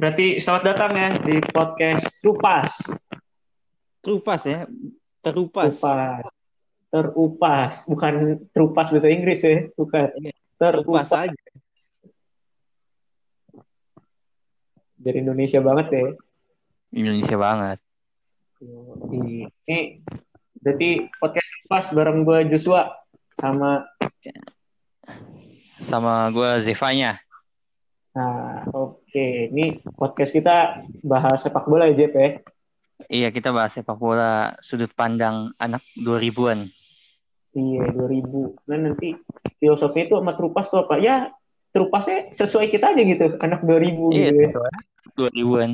berarti selamat datang ya di podcast Trupas. Terupas ya, terupas. Trupas, terupas, bukan terupas bahasa Inggris ya, bukan. Iya, terupas Terupas aja. dari Indonesia banget ya. Indonesia banget. Ini berarti podcast Trupas bareng gue Joshua sama. Sama gue Zevanya. Nah, oke. Ini podcast kita bahas sepak bola ya, Jep ya. Iya, kita bahas sepak bola sudut pandang anak 2000-an. Iya, 2000. Nah, nanti filosofi itu sama terupas tuh apa? Ya, terupasnya sesuai kita aja gitu, anak 2000 Iya, gitu ya. 2000-an.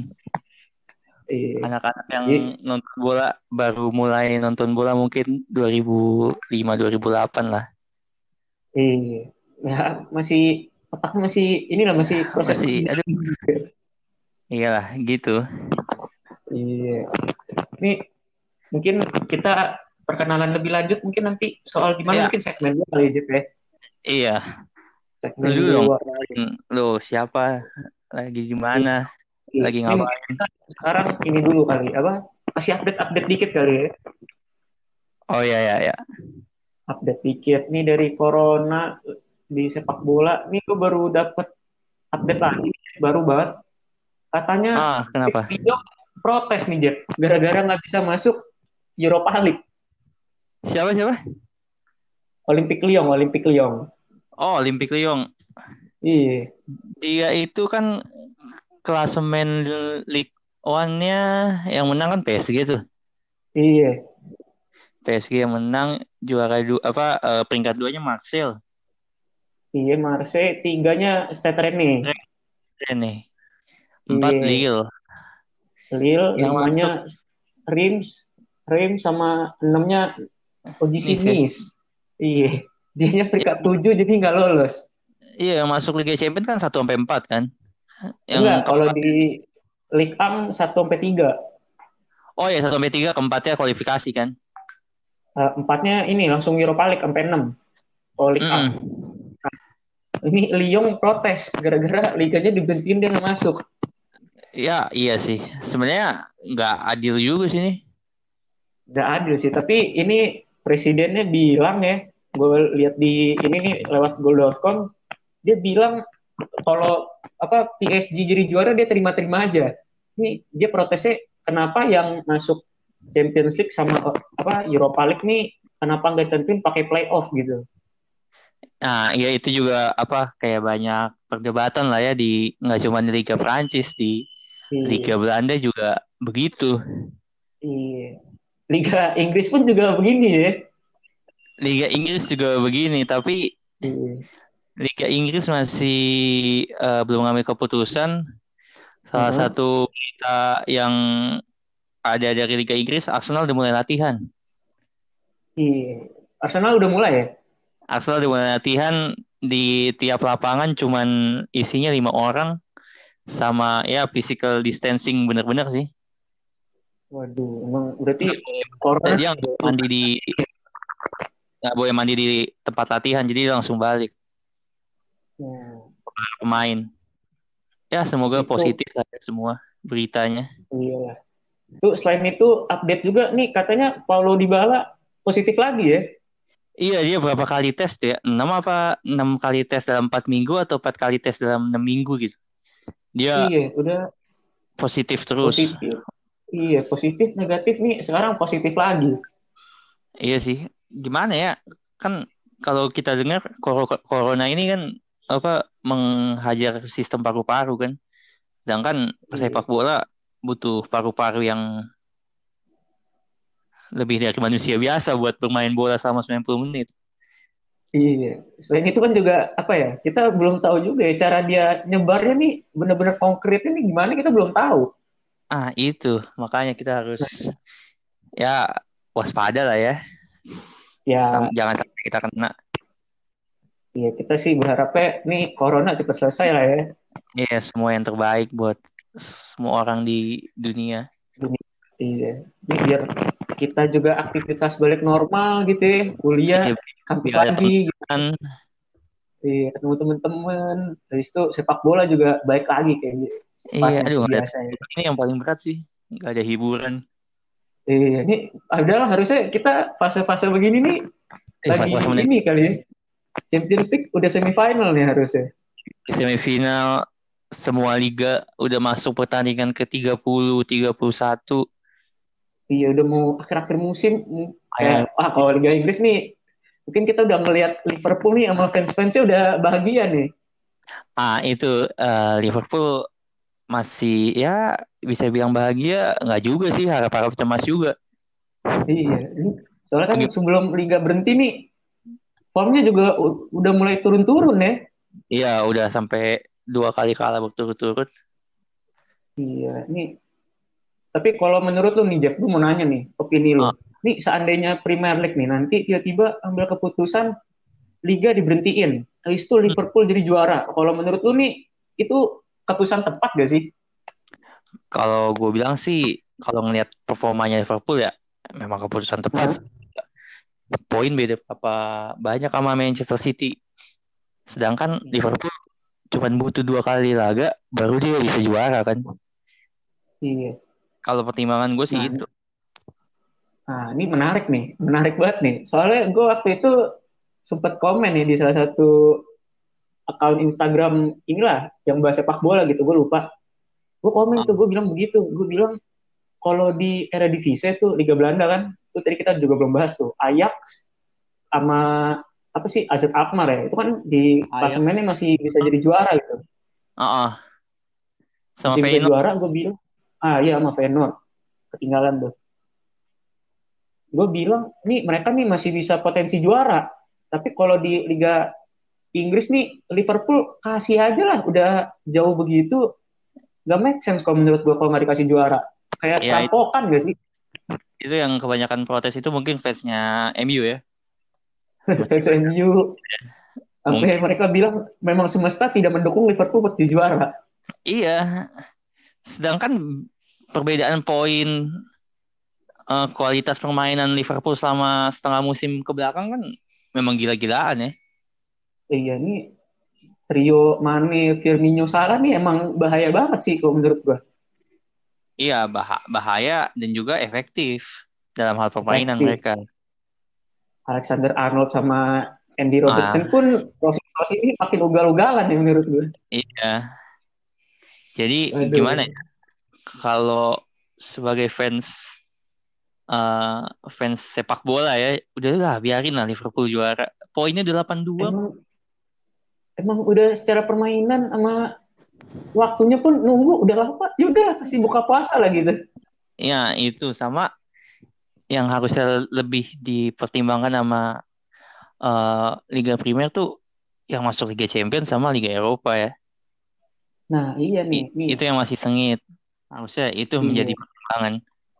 Iya. Anak-anak yang Jadi, nonton bola baru mulai nonton bola mungkin 2005 2008 lah. iya, ya masih otak masih inilah masih proses Masih aduh, perkembangan. iyalah gitu. Iya, ini mungkin kita perkenalan lebih lanjut mungkin nanti soal gimana Ya, mungkin segmen dua kali Jep ya. iya. Lu Segmen dulu dong. dua. Lu siapa? Lagi di Iya, mana? iya. Lagi Ini mungkin ngapain? kita sekarang ini dulu kali apa? Kasih update-update dikit kali ya. Oh iya ya ya. Update dikit nih dari corona di sepak bola. Nih gue baru dapet update lagi, baru banget. Katanya Ah, kenapa? Rio protes nih Jep, gara-gara nggak bisa masuk Europa League. Siapa siapa? Olympic Lyon, Olympic Lyon. Oh, Olympic Lyon. Iya, Dia itu kan klasemen League One-nya yang menang kan PSG tuh. iya, PSG yang menang juara peringkat duanya Marseille. iya. Marseille tiganya Stade Rennais. Ini empat Iya, Lille Lille yang masuk limanya Reims, Reims sama enamnya OGC Nice ya. Nice. Iya, dianya peringkat Yang, 7 jadi nggak lolos. iya yang masuk Liga Champions kan 1 sampai 4 kan. Yang Enggak, kalau keempat, di Ligue 1 1 sampai 3. oh ya 1 sampai 3, keempatnya kualifikasi kan. Empatnya ini langsung Europa League sampai 6. Kalau Ligue 1. Mm-mm. Ini Lyon protes gara-gara liganya diberhentiin dia nggak masuk. Ya iya sih. Sebenarnya nggak adil juga sih ini. Nggak adil sih, tapi ini presidennya bilang ya, gue lihat di ini nih lewat goal.com, dia bilang kalau apa PSG jadi juara dia terima-terima aja. Ini dia protesnya kenapa yang masuk Champions League sama apa Europa League nih kenapa nggak tentuin pakai playoff gitu. Nah, ya itu juga kayak banyak perdebatan lah ya di nggak cuma di Liga Prancis, di Liga Iya, Belanda juga begitu. iya. Liga Inggris pun juga begini ya. Liga Inggris juga begini, tapi Iya. Liga Inggris masih belum ngambil keputusan. Salah Heeh. satu berita yang ada dari Liga Inggris, Arsenal udah mulai latihan. Iya. Arsenal udah mulai ya? Arsenal udah mulai latihan di tiap lapangan cuman isinya 5 orang sama ya physical distancing bener-bener sih. Waduh, emang berarti Nggak boleh, corona. dia nggak boleh mandi di tempat latihan, jadi dia langsung balik Nah, pemain. Ya semoga itu positif lah ya semua beritanya. iya. Tuh selain itu update juga nih katanya Paulo Dybala positif lagi ya. Iya dia berapa kali tes ya? 6 kali tes dalam 4 minggu atau 4 kali tes dalam 6 minggu gitu. Dia Iya, udah positif terus. positif. Iya, positif negatif nih sekarang positif lagi. Iya sih. Gimana ya? Kan kalau kita dengar corona ini kan apa menghajar sistem paru-paru kan. Sedangkan Iya. pesepak bola butuh paru-paru yang lebih dari manusia biasa buat bermain bola selama 90 menit. Iya. Selain itu kan juga apa ya? Kita belum tahu juga ya cara dia nyebarnya nih bener-bener konkretnya nih gimana kita belum tahu. Ah, itu. Makanya kita harus Nah, ya waspada lah ya. ya, Jangan sampai kita kena. ya kita sih berharapnya nih corona cepat selesai lah ya. Ya, semua yang terbaik buat semua orang di dunia. Dunia. Iya. Ini biar kita juga aktivitas balik normal gitu ya. Kuliah Ya, kampus biar ada lagi gitu. teman. Iya, ketemu temen-temen. Dari itu sepak bola juga baik lagi kayak gitu. Iya, Sifatnya aduh, biasa ya. ini yang paling berat sih. Nggak ada hiburan. Iya, ini adalah harusnya kita fase-fase begini nih lagi Pas-pas menit ini kali ya. Champions League udah semifinal nih harusnya. di semifinal semua liga udah masuk pertandingan ke 30, 31. Iya, udah mau akhir-akhir musim. Kayak, Kayak kalau Liga Inggris nih, mungkin kita udah ngelihat Liverpool nih sama fans-fansnya udah bahagia nih. itu Liverpool masih ya bisa bilang bahagia nggak juga sih, harap-harap cemas juga. Iya, soalnya kan Gim- sebelum Liga berhenti nih, formnya juga udah mulai turun-turun ya. Iya udah sampai 2 kali kalah berturut-turut. Iya, ini tapi kalau menurut lu nih Jeff, gue mau nanya nih, opini Ah, lu. Nih seandainya Premier League nih nanti tiba-tiba ambil keputusan Liga diberhentiin, habis itu hmm, Liverpool jadi juara. Kalau menurut lu nih itu keputusan tepat gak sih? Kalau gue bilang sih, kalau ngelihat performanya Liverpool ya memang keputusan tepat. Hah? Poin beda apa banyak sama Manchester City. Sedangkan Liverpool cuma butuh 2 kali laga baru dia bisa juara kan. Iya. Kalau pertimbangan gue sih Nah, itu. ini menarik nih, menarik banget nih. Soalnya gue waktu itu sempat komen nih di salah satu akun Instagram inilah yang bahas sepak bola gitu, gue lupa. Gue komen tuh, gue bilang begitu. Gue bilang kalau di Eredivisie tuh Liga Belanda kan, itu tadi kita juga belum bahas tuh. Ajax sama apa sih AZ Alkmaar ya, itu kan di Ajax, klasemennya masih bisa jadi juara gitu. ah sama Masih bisa Feyenoord. juara, gue bilang, iya sama Feyenoord, ketinggalan tuh. Gue bilang, nih mereka nih masih bisa potensi juara. Tapi kalau di Liga Inggris nih, Liverpool kasih aja lah, udah jauh begitu, gak make sense kalau menurut gue kalau nggak dikasih juara. Kayak Ya perampokan gak sih? itu yang kebanyakan protes itu mungkin fansnya MU ya. Fans Meskipun MU, sampai mungkin mereka bilang memang semesta tidak mendukung Liverpool buat jadi juara. iya. Sedangkan perbedaan poin, kualitas permainan Liverpool selama setengah musim ke belakang kan memang gila-gilaan ya. Iya, ini trio Mane, Firmino, Salah nih emang bahaya banget sih kalau menurut gue. Iya, bahaya dan juga efektif dalam hal permainan Efektif. mereka. Alexander Arnold sama Andy Robertson Ah, pun proses ini makin ugal-ugalan ya menurut gue. iya. Jadi gimana Aduh. ya? Kalau sebagai eh, fans sepak bola ya, udahlah biarin lah Liverpool juara. Poinnya 82. Emang emang udah secara permainan sama waktunya pun nunggu udah lama. Ya udah kasih buka puasa lah gitu. Ya, itu sama yang harusnya lebih dipertimbangkan sama Liga Primer tuh yang masuk Liga Champions sama Liga Eropa ya. Nah, iya nih, nih. Itu yang masih sengit. Harusnya itu menjadi Iya. pertimbangan.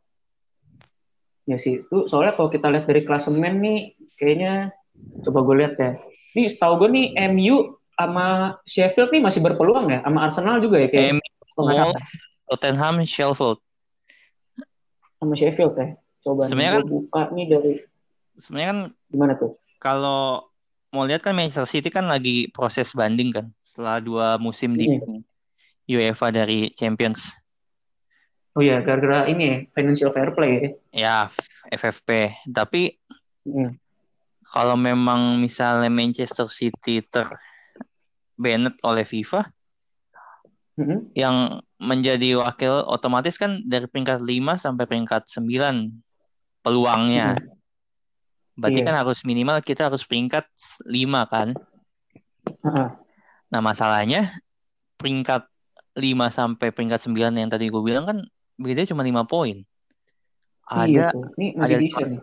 Ya sih, itu soalnya kalau kita lihat dari klasemen nih, kayaknya coba gue lihat ya. Nih, setahu gue nih MU sama Sheffield nih masih berpeluang ya, sama Arsenal juga ya kayak MU, kalau nggak salah. Wolves, Tottenham, Sheffield. Sama Sheffield ya. Coba nih, Sebenarnya gue kan, buka nih dari sebenarnya kan gimana tuh? kalau mau lihat kan Manchester City kan lagi proses banding kan setelah 2 musim di Mm-mm. UEFA dari Champions. Oh iya, gara-gara ini ya, financial fair play ya. Ya, FFP. Tapi Mm. kalau memang misalnya Manchester City terbanned oleh FIFA, Mm-mm. yang menjadi wakil otomatis kan dari peringkat 5 sampai peringkat 9 peluangnya. Mm-mm. Berarti kan Iya. harus minimal kita harus peringkat 5 kan. Heeh. Nah, masalahnya peringkat 5 sampai peringkat 9 yang tadi gue bilang kan bedanya cuma 5 poin. Iya Ada tuh, ini ada masih bisa nih.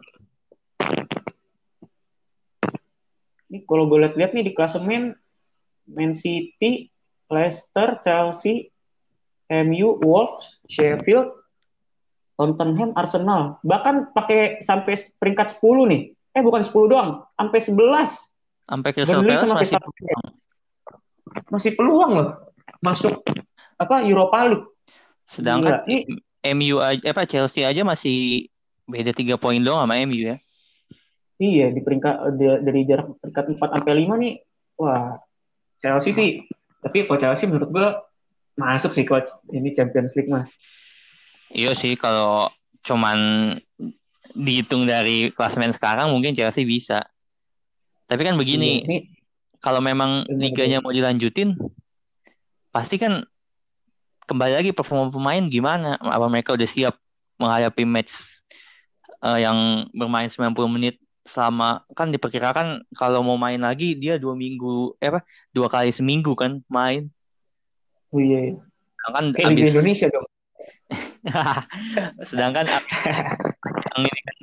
Ini kalau gue lihat-lihat nih di klasemen Man City, Leicester, Chelsea, MU, Wolves, Sheffield, Tottenham, Arsenal. Bahkan pakai sampai peringkat 10 nih. Bukan 10 doang, sampai 11. sampai Crystal Burnley Palace sama masih Crystal Palace masih peluang loh masuk apa Europa League. sedangkan Gila. Nih, MU aja Chelsea aja masih beda 3 poin doang sama MU ya. iya di peringkat dari jarak peringkat 4 sampai 5 nih. Wah, Chelsea sih, tapi kalau Chelsea menurut gue masuk sih coach ini Champions League mah. Iya sih kalau cuman dihitung dari klasemen sekarang mungkin Chelsea bisa. Tapi kan Iya, begini, ini kalau memang benar tuh. liganya mau dilanjutin, pasti kan kembali lagi performa pemain gimana? Apa mereka udah siap menghadapi match yang bermain 90 menit selama kan diperkirakan kalau mau main lagi dia 2 minggu apa 2 kali seminggu kan main Oh iya, sedangkan kayak Liga abis Indonesia dong. sedangkan abis yang ini kan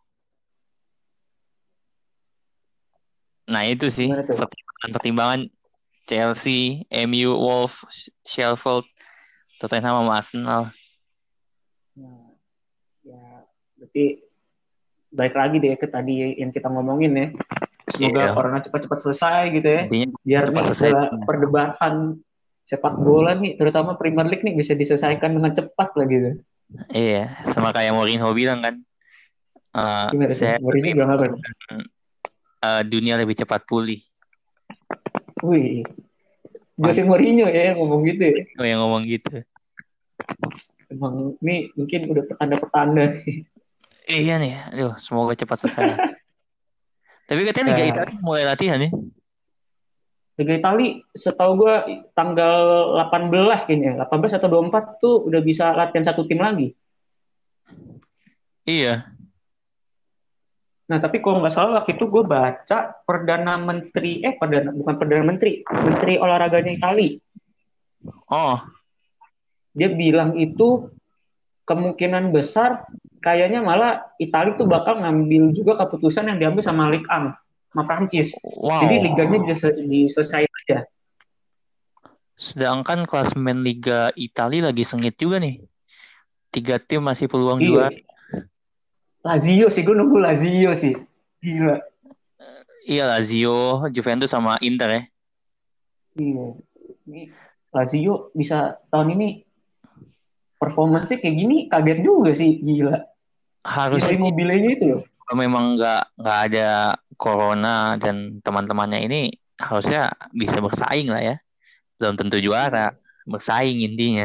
nah itu sih Gimana tuh? pertimbangan Chelsea, MU, Wolves, Sheffield, Tottenham sama Arsenal. Nah, ya berarti balik lagi deh ke tadi yang kita ngomongin ya. Semoga Iya, corona cepat-cepat selesai gitu ya. intinya Biar cepat nih selesai. segala perdebatan sepak bola nih, terutama Premier League nih bisa diselesaikan dengan cepat lah gitu. Iya, sama kayak Mourinho bilang kan, Gimana tuh? saya Mourinho lebih bilang apa tuh? menginginkan dunia lebih cepat pulih. Wih, Jose Mantap Mourinho ya yang ngomong gitu ya. yang ngomong gitu. Emang ini mungkin udah pertanda-pertanda. Iya nih, aduh, semoga cepat selesai lah. Tapi katanya Liga Ya, Italia mulai latihan nih. Liga Itali setahu gue tanggal 18 kayaknya. 18 atau 24 tuh udah bisa latihan satu tim lagi. Iya. Nah, tapi kalau nggak salah waktu itu gue baca bukan Perdana Menteri, Menteri olahraganya Itali. Oh, Dia bilang itu kemungkinan besar kayaknya malah Itali tuh bakal ngambil juga keputusan yang diambil sama Ligue 1 sama Prancis. Jadi liganya wow. bisa diselesaikan aja. Sedangkan klasemen Liga Italia lagi sengit juga nih. 3 tim masih peluang juara. Iya, Lazio sih, gue nunggu Lazio sih. Gila. Iya, Lazio, Juventus sama Inter ya. Iya. Ini Lazio bisa tahun ini performance kayak gini kaget juga sih, gila. Bisa Harusnya sih Immobilenya itu loh. kalau memang nggak ada corona dan teman-temannya ini harusnya bisa bersaing lah ya. Belum tentu juara, Iya. bersaing intinya.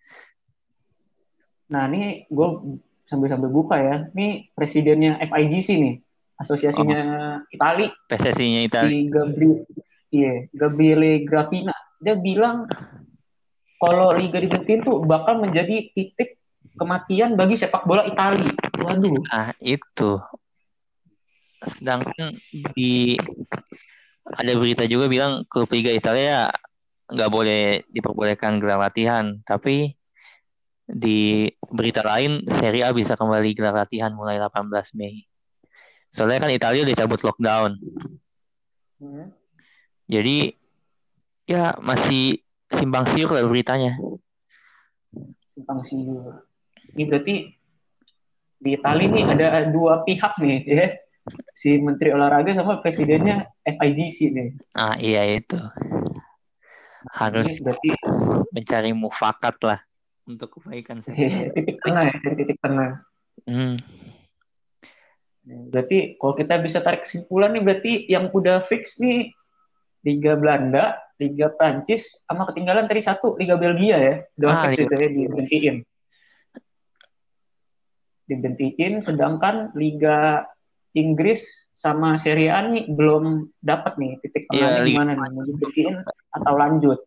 Nah, ini gue sambil-sambil buka ya. Ini presidennya FIGC nih, Oh, asosiasinya Itali, PSSI-nya Italia. si Gabriele Gravina. Dia bilang kalau Liga diberhentiin tuh bakal menjadi titik kematian bagi sepak bola Itali. Waduh. Ah, itu. Sedangkan di ada berita juga bilang klub Liga Italia nggak boleh diperbolehkan gelar latihan, tapi di berita lain Serie A bisa kembali gelar latihan mulai 18 Mei. Soalnya kan Italia udah cabut lockdown. Hmm, Jadi ya masih simpang siur lah beritanya. simpang siur. Ini berarti di Itali nih ada dua pihak nih ya. Si Menteri Olahraga sama presidennya FIGC nih. Ah iya itu. Ini Harus berarti mencari mufakat lah untuk kebaikan sepak bola. titik tengah ya, titik tengah. Hmm. Berarti kalau kita bisa tarik kesimpulan nih berarti yang udah fix nih Liga Belanda, Liga Prancis, sama ketinggalan tadi satu Liga Belgia ya. Udah Ah, fix itu ya diberhentiin. Diberhentiin sedangkan Liga Inggris sama Serie A nih belum dapat nih titik iya tengahnya gimana nih mau diberhentiin atau lanjut.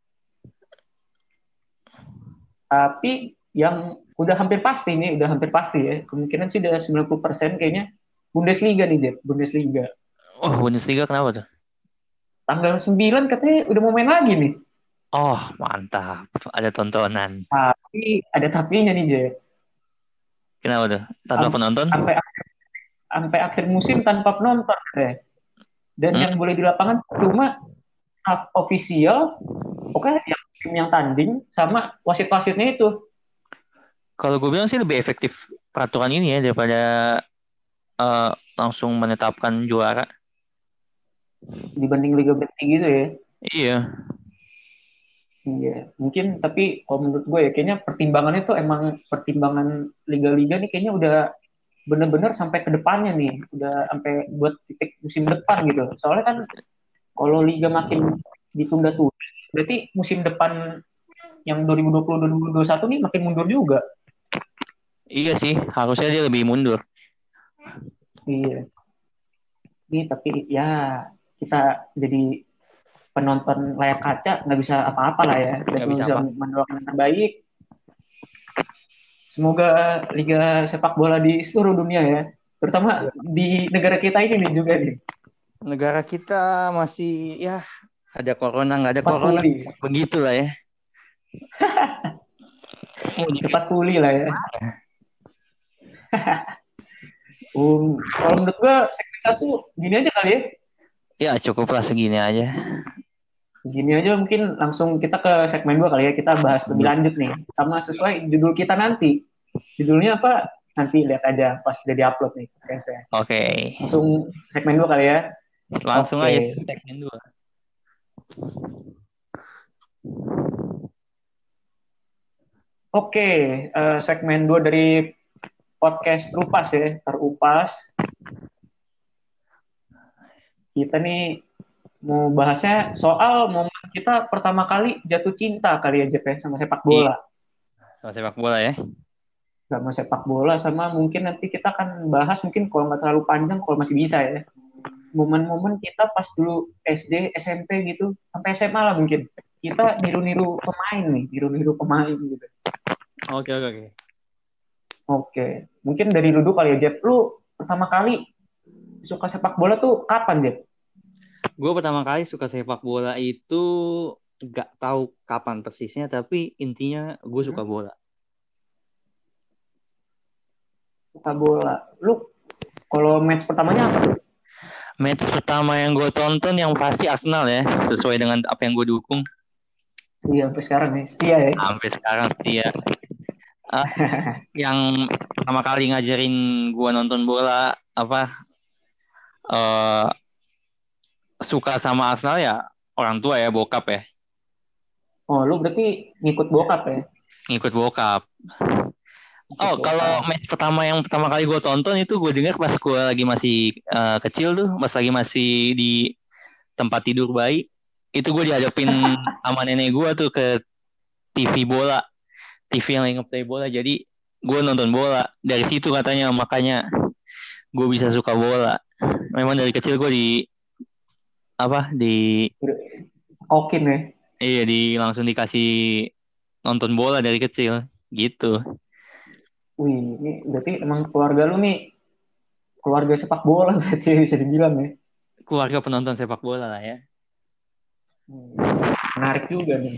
Tapi yang udah hampir pasti nih, udah hampir pasti ya. Kemungkinan sih udah 90% kayaknya Bundesliga nih, Jet. Bundesliga. oh Bundesliga kenapa tuh? Tanggal 9 katanya udah mau main lagi nih. Oh mantap, ada tontonan. Tapi ada tapinya nih, Jet. Kenapa tuh? Tanpa penonton? Sampai sampai akhir musim tanpa penonton katanya. Dan Hmm? yang boleh di lapangan cuma half official, oke yang tim yang tanding sama wasit-wasitnya itu Kalau gue bilang sih lebih efektif peraturan ini ya daripada eh, langsung menetapkan juara. dibanding Liga berhenti gitu ya. Iya, Iya, mungkin tapi kalau menurut gue ya kayaknya pertimbangannya tuh emang pertimbangan liga-liga nih kayaknya udah bener-bener sampai ke depannya nih, udah sampai buat titik musim depan gitu. Soalnya kan kalau liga makin ditunda tuh. Berarti musim depan yang 2020-2021 nih makin mundur juga. Iya sih, harusnya dia lebih mundur. Iya. Ini tapi ya kita jadi penonton layar kaca nggak bisa apa-apa lah ya. Kita Nggak cuma bisa bisa apa. mendoakan yang terbaik. Semoga liga sepak bola di seluruh dunia ya, terutama di negara kita ini nih juga nih, Negara kita masih ya ada corona nggak ada cepat corona pulih, begitulah ya. Mau di cepat pulih lah ya. Kalau menurut gua segmen satu gini aja kali ya. ya cukuplah segini aja. Gini aja mungkin langsung kita ke segmen 2 kali ya. Kita bahas lebih lanjut nih. Sama sesuai judul kita nanti. Judulnya apa? Nanti lihat aja pas udah diupload nih podcastnya. Oke, Langsung segmen 2 kali ya. langsung Oke. aja segmen 2. Oke, segmen 2 dari podcast Terupas ya. Terupas. Kita nih mau bahasnya soal momen kita pertama kali jatuh cinta kali ya Jep ya, sama sepak Iya, bola. sama sepak bola ya. Sama sepak bola sama mungkin nanti kita akan bahas mungkin kalau nggak terlalu panjang kalau masih bisa ya. Momen-momen kita pas dulu SD, SMP gitu, sampai SMA lah mungkin. Kita niru-niru pemain nih, niru-niru pemain gitu. Oke, oke, oke. Oke, mungkin dari dulu kali ya Jep. Lu pertama kali suka sepak bola tuh kapan Jep? Gue pertama kali suka sepak bola itu nggak tahu kapan persisnya, tapi intinya gue suka Hmm? bola. Suka bola. Lu kalau match pertamanya apa tuh? Match pertama yang gue tonton yang pasti Arsenal ya, sesuai dengan apa yang gue dukung. Iya, sampai sekarang nih, setia ya. Sampai sekarang setia. Ah, yang pertama kali ngajarin gue nonton bola apa eh suka sama Arsenal ya orang tua ya, bokap ya, Oh, lu berarti ngikut bokap ya? ngikut bokap. Ngikut Oh, kalau bokap. match pertama yang pertama kali gue tonton itu gue dengar pas gue lagi masih kecil tuh, pas lagi masih di tempat tidur bayi, itu gue dihadapin sama nenek gue tuh ke TV bola, TV yang lagi ngeplay bola. Jadi gue nonton bola dari situ katanya, makanya gue bisa suka bola. Memang dari kecil gue di apa di Kokin ya? iya di langsung dikasih nonton bola dari kecil gitu. Wih, ini berarti emang keluarga lu nih, keluarga sepak bola berarti bisa dibilang ya. Keluarga penonton sepak bola lah ya. Menarik juga nih.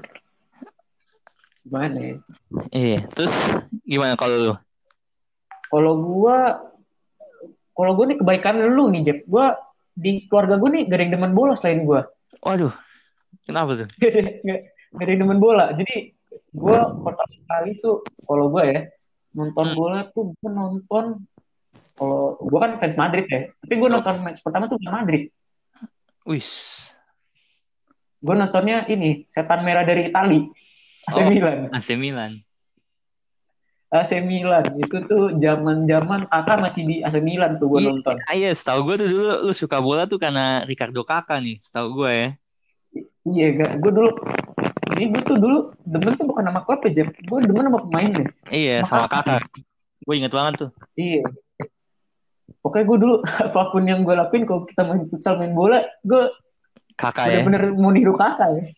Gimana ya? Iya, terus gimana kalau lu? Kalau gua, kalau gua nih kebaikan lu nih, Jeb. Gua di keluarga gua nih gak ada yang demen bola selain gua. Waduh, kenapa tuh? Gak ada yang demen bola. Jadi gua pertama kali tuh, kalau gua ya, nonton Hmm, bola tuh gua nonton, kalau gua kan fans Madrid ya, tapi gua nonton oke. match pertama tuh bukan Madrid. Wis. Gue nontonnya ini Setan Merah dari Itali, AC Oh, Milan. AC Milan. AC Milan itu tuh zaman-zaman kakak masih di AC Milan tuh gue Iya, nonton. iya, setahu gue tuh dulu lu suka bola tuh karena Ricardo Kakak nih, setahu gue ya. Iya gak, gue dulu ini gue tuh dulu demen tuh bukan nama klub aja, gue demen sama pemainnya, Iya, sama sama kakak. Kakak. Gue inget banget tuh. Iya, pokoknya gue dulu apapun yang gue lakuin kalau kita main futsal main bola, gue Kakak ya. bener-bener mau niru kakak ya.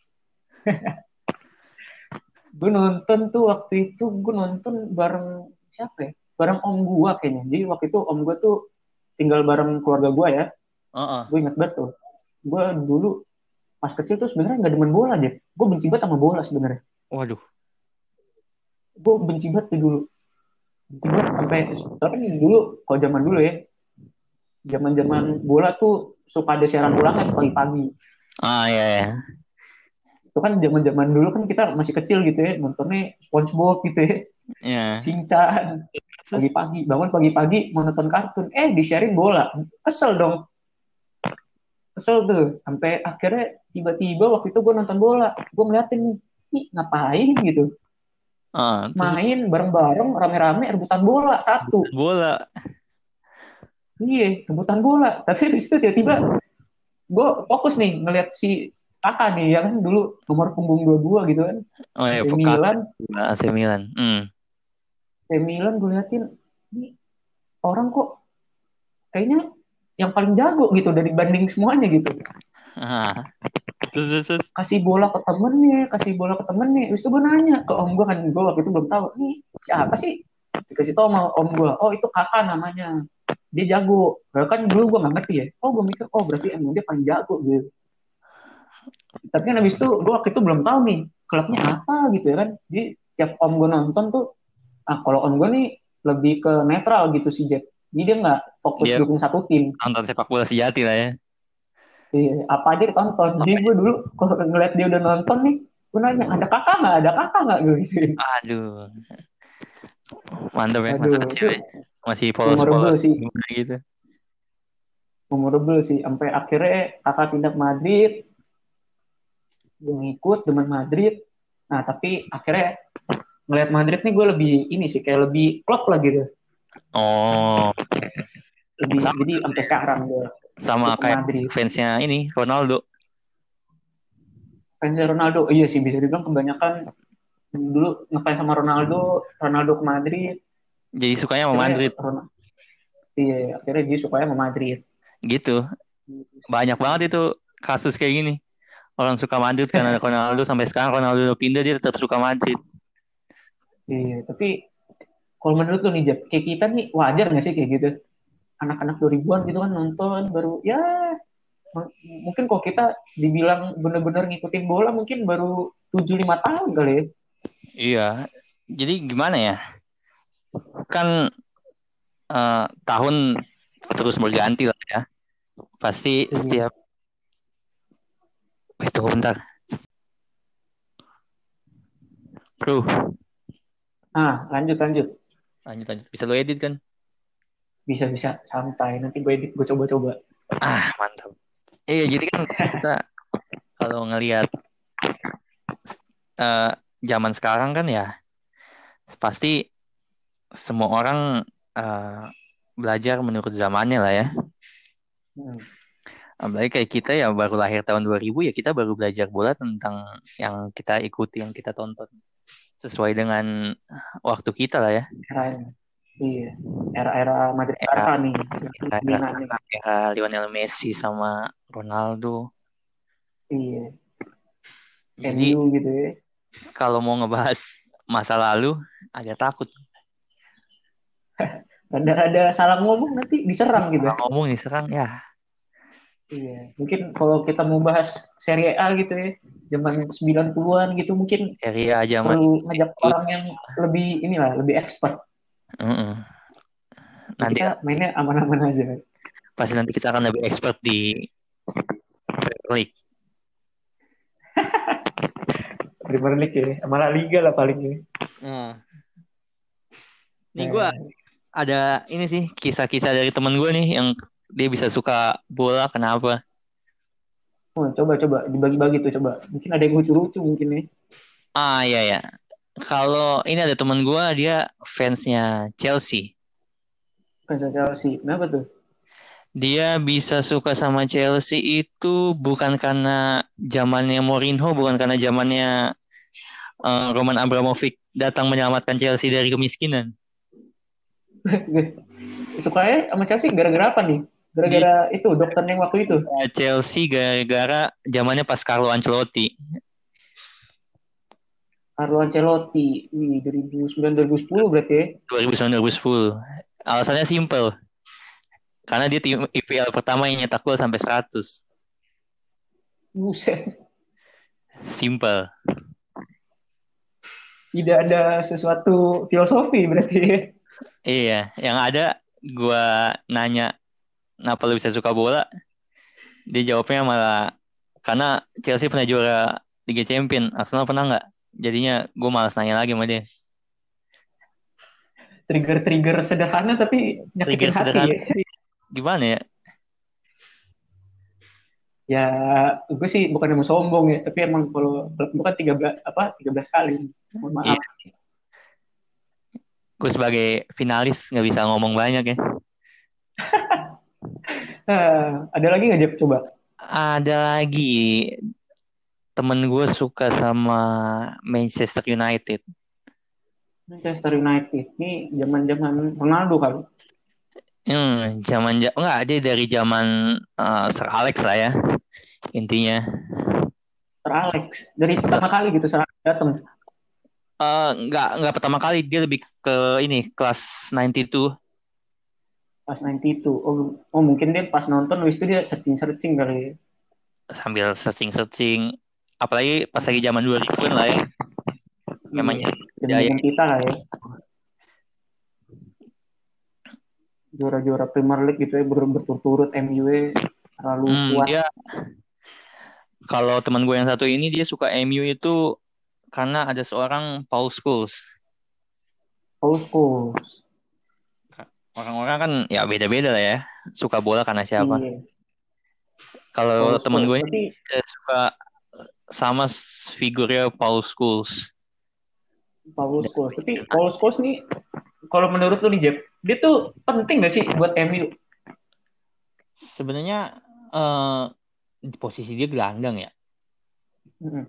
Gue nonton tuh waktu itu gue nonton bareng siapa ya? Bareng om gue kayaknya. Jadi waktu itu om gue tuh tinggal bareng keluarga gue ya. Heeh. Gue inget banget tuh. Gue dulu pas kecil tuh sebenarnya nggak demen bola aja. Gue benci banget sama bola sebenarnya. Waduh. Gue benci banget tuh dulu. Benci banget sampai tapi dulu kalau zaman dulu ya, zaman-zaman bola tuh suka ada siaran ulangnya tuh pagi-pagi. Ah, iya, ya. Itu kan zaman-zaman dulu kan kita masih kecil gitu ya, nontonnya SpongeBob gitu ya, Ya. Shinchan. Terus, Pagi-pagi, bangun pagi-pagi mau nonton kartun, disiarin bola. Kesel dong, kesel tuh. Sampai akhirnya tiba-tiba waktu itu gue nonton bola, gue ngeliatin nih, ih ngapain gitu. terus Main bareng-bareng, rame-rame, rebutan bola, satu. bola. Iya, rebutan bola. Tapi di situ tiba-tiba gue fokus nih ngeliat si kakak nih ya kan dulu nomor punggung 22 gitu kan. Oh ya, AC kakak Milan, AC Milan. AC Milan gue liatin ini orang kok kayaknya yang paling jago gitu dari banding semuanya gitu. Ah, terus. Kasih bola ke temennya. Terus itu gue nanya ke om gue kan, gue waktu itu belum tahu nih siapa sih. Dikasih tau sama om gue, oh itu kakak namanya. Dia jago. Bahkan dulu gue nggak ngerti ya. Oh gue mikir, oh berarti emang dia paling jago gitu. Tapi kan habis itu gue waktu itu belum tahu nih klubnya apa gitu ya kan. Jadi tiap om gue nonton tuh, kalau om gue nih lebih ke netral gitu sih Jack. Jadi dia nggak fokus Dia dukung satu tim. nonton sepak bola sejati lah ya. Iya, apa aja ditonton. Jadi gue dulu kalau ngeliat dia udah nonton nih, gue nanya ada kakak nggak, ada kakak nggak gue gituin. Aduh, mantap ya, masa Aduh, kecil itu ya. Masih memorable polos-polos sih, gitu. memorable sih. Sampai akhirnya kakak pindah ke Madrid, gue ngikut demen Madrid. Nah tapi akhirnya ngeliat Madrid nih gue lebih ini sih, kayak lebih klop lah gitu. Oh, Lebih sama, jadi sampai sekarang gue sama dukung kayak Madrid. fansnya ini Ronaldo. Fans Ronaldo, iya sih bisa dibilang kebanyakan dulu ngefans sama Ronaldo, Ronaldo ke Madrid, Jadi sukanya sama akhirnya Madrid iya, akhirnya dia sukanya sama Madrid. gitu. Banyak banget itu kasus kayak gini. Orang suka Madrid karena ada Ronaldo, sampai sekarang Ronaldo udah pindah dia tetap suka Madrid. Iya, tapi kalau menurut lu nih, Jap, kayak kita nih wajar nggak sih kayak gitu? Anak-anak 2000-an gitu kan nonton baru ya mungkin kalau kita dibilang bener-bener ngikutin bola mungkin baru 7 5 tahun kali ya. Iya. Jadi gimana ya? Kan tahun terus berganti lah ya. Pasti Iya. setiap tunggu bentar. Bro, Lanjut lanjut. lanjut lanjut. Bisa lo edit kan? Bisa bisa santai. Nanti gue edit, gue coba-coba. Mantap. Iya, jadi kan kita kalau ngelihat eh, zaman sekarang kan ya pasti semua orang eh, belajar menurut zamannya lah ya. Hmm. Apalagi kayak kita ya baru lahir tahun 2000 ya kita baru belajar bola tentang yang kita ikuti, yang kita tonton. Sesuai dengan waktu kita lah ya. Era iya. Era-era Madrid Era, Barca nih. era, Dominannya. era Lionel Messi sama Ronaldo. Iya. Jadi MU gitu ya. kalau mau ngebahas masa lalu agak takut. Ada salah ngomong nanti diserang gitu. Kalau ngomong nih serang ya. Iya, mungkin kalau kita mau bahas Serie A gitu ya, zaman 90-an gitu mungkin Serie A zaman perlu ngajak dulu. orang yang lebih inilah, lebih expert. Heeh. Jadi Nanti kita mainnya aman-aman aja. pasti nanti kita akan lebih expert di Premier League. Premier League ya, malah Liga lah paling ini. Hmm. Nih gue Nah, ada ini sih kisah-kisah dari temen gue nih yang dia bisa suka bola kenapa? coba dibagi-bagi tuh coba. Mungkin ada yang lucu-lucu mungkin nih. Iya ya. Kalau ini ada temen gue dia fansnya Chelsea. Fans Chelsea. Kenapa tuh? Dia bisa suka sama Chelsea itu bukan karena zamannya Mourinho, bukan karena zamannya Roman Abramovich datang menyelamatkan Chelsea dari kemiskinan. Sukanya sama Chelsea gara-gara apa nih? Dia Gara-gara itu dokter yang waktu itu. Chelsea gara-gara zamannya pas Carlo Ancelotti. Carlo Ancelotti. Wih, 2009 2010 berarti ya. 2009-2010. Alasannya simple. Karena dia tim IPL pertama yang nyetak gol sampai 100. Buset. Simple. Tidak ada sesuatu filosofi berarti ya. Iya, yang ada gua nanya kenapa lu bisa suka bola, dia jawabnya malah karena Chelsea pernah juara Liga Champion, Arsenal pernah nggak? Jadinya gue malas nanya lagi sama dia. Trigger-trigger sederhana tapi Trigger nyakitin hati sederhana ya. gimana ya? Ya, gue sih bukan mau sombong ya, tapi emang kalau bukan 13 apa 13 kali. Mohon Iya, maaf. gue sebagai finalis nggak bisa ngomong banyak ya. Ada lagi nggak Jep? Coba. Ada lagi temen gue suka sama Manchester United. Manchester United ini zaman-zaman Ronaldo kali. Enggak, dia dari zaman Sir Alex lah ya intinya. Sir Alex dari pertama kali gitu Sir Alex datang Enggak pertama kali, dia lebih ke ini kelas 92 pas 90 itu. Oh mungkin dia pas nonton habis itu dia searching-searching kali ya. sambil searching-searching, apalagi pas lagi Hmm, zaman 2000-an lah ya. Memang iya. jaya. Zaman kita lah ya. Juara-juara Premier League gitu ya berturut-turut MU terlalu kuat. Dia kalau teman gue yang satu ini dia suka MU itu karena ada seorang Paul Scholes. Paul Scholes. Orang-orang kan ya beda-beda lah ya, suka bola karena siapa. Iya, Kalau Paul teman Scholes. gue ini Tapi dia suka sama figurnya Paul Scholes. Paul Scholes. Tapi Paul Scholes nih, kalau menurut lu nih Jeb, dia tuh penting gak sih buat MU? Sebenarnya eh, di posisi dia gelandang ya. Hmm.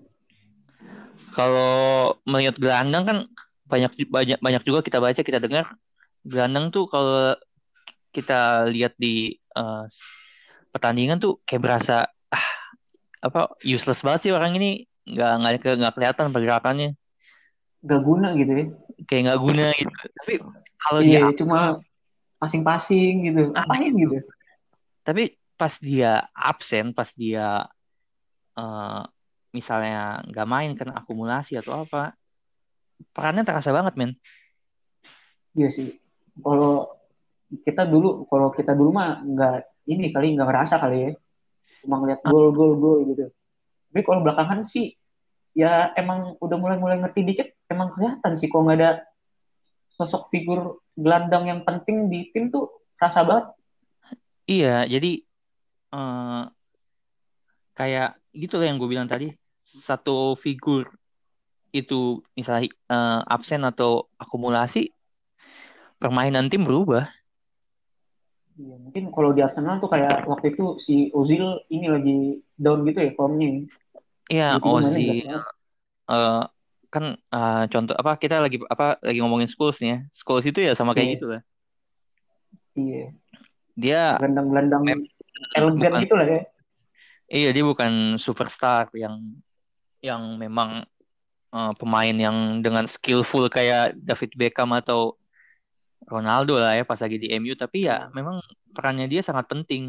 Kalau melihat gelandang kan banyak banyak banyak juga kita baca kita dengar gelandang tuh kalau kita lihat di pertandingan tuh kayak berasa ah, apa useless banget sih orang ini, nggak kelihatan pergerakannya, Gak guna gitu ya. kayak nggak guna gitu. Tapi kalau Iya, dia cuma passing-passing gitu. Ngapain gitu? tapi pas dia absen, pas dia eh, misalnya nggak main karena akumulasi atau apa, perannya terasa banget men. Iya sih. Kalau kalau kita dulu mah nggak ini kali nggak ngerasa kali ya. Cuma ngeliat Ah, gol gol gol gitu. Tapi kalau belakangan sih ya emang udah mulai-mulai ngerti dikit emang kelihatan sih kalau nggak ada sosok figur gelandang yang penting di tim tuh kerasa banget. iya, jadi eh, kayak gitu lah yang gue bilang tadi, satu figur itu misalnya absen atau akumulasi, permainan tim berubah. Iya, mungkin kalau di Arsenal tuh kayak waktu itu si Ozil ini lagi down gitu ya formnya. Iya, Tiba-tiba mainnya Ozil jelek banget. eh, kan contoh apa kita lagi ngomongin Scholes nih ya. Scholes itu ya sama kayak Iya, gitu lah. iya. Dia Gelandang-gelandang elegan bukan gitu lah ya. iya dia bukan superstar yang memang pemain yang dengan skillful kayak David Beckham atau Ronaldo lah ya pas lagi di MU, tapi ya Iya, memang perannya dia sangat penting.